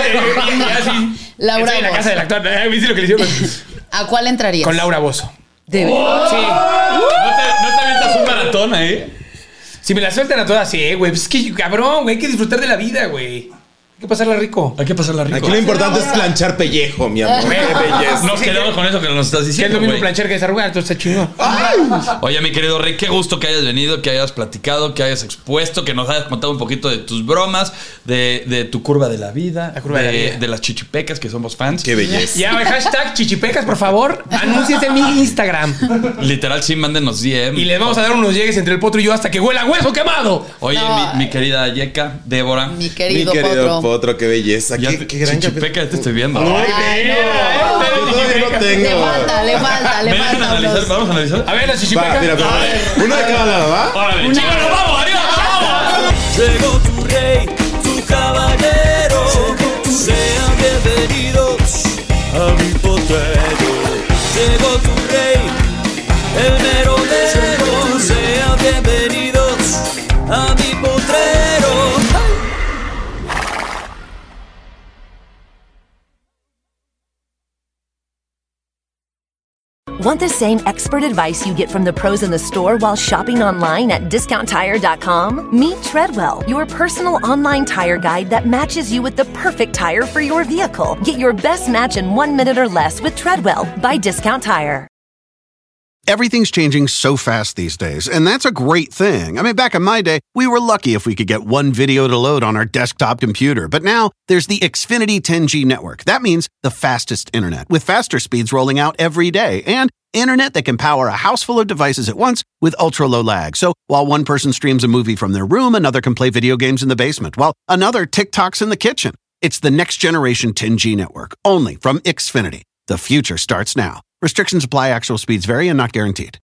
Laura en la casa del actor. ¿Viste lo que le hicieron? ¿A cuál entrarías? Con Laura Bozzo. ¿De verdad? Sí. ¿No te avientas un maratón ahí? Si me la sueltan a todas, sí, güey. Pues es que, cabrón, güey, hay que disfrutar de la vida, güey. Hay que pasarla rico. Hay que pasarla rico. Aquí lo importante es planchar pellejo, mi amor. Qué belleza. Nos quedamos con eso que nos estás Que diciendo. es lo mismo güey. planchar que desarrugar, entonces está chingón. Oye, mi querido Rick, qué gusto que hayas venido, que hayas platicado, que hayas expuesto, que nos hayas contado un poquito de tus bromas, de tu curva de la vida, La curva de la vida. de las chichipecas, que somos fans. Qué belleza. Ya, hashtag chichipecas, por favor. Anúnciese en mi Instagram. Literal, sí, mándenos DM. Y les vamos a dar unos llegues entre el potro y yo hasta que huela hueso quemado. Oye, No, mi querida Yeka, Débora. Mi Mi querido querido Potro. Potro, qué belleza. Ya Qué gran chichipeca, ya te estoy viendo. Ay, Ay, yo todavía no tengo. Le falta ¿Me dejan analizar? unos. Vamos a analizar. A ver, las Va, chichipecas. mira, uno de cada lado, ¿va? Órale, Una- chicos, vamos, arriba, vamos. Llegó tu rey, tu caballero. Sean bienvenidos a mi potrero. Llegó tu rey, el merodero. Sean bienvenidos a mi potrero. Want the same expert advice you get from the pros in the store while shopping online at DiscountTire.com? Meet Treadwell, your personal online tire guide that matches you with the perfect tire for your vehicle. Get your best match in 1 minute or less with Treadwell by Discount Tire. Everything's changing so fast these days, and that's a great thing. I mean, back in my day, we were lucky if we could get one video to load on our desktop computer. But now, there's the Xfinity 10G network. That means the fastest internet, with faster speeds rolling out every day, and internet that can power a house full of devices at once with ultra-low lag. So while one person streams a movie from their room, another can play video games in the basement, while another TikToks in the kitchen. It's the next generation 10G network, only from Xfinity. The future starts now. Restrictions apply. Actual speeds vary and not guaranteed.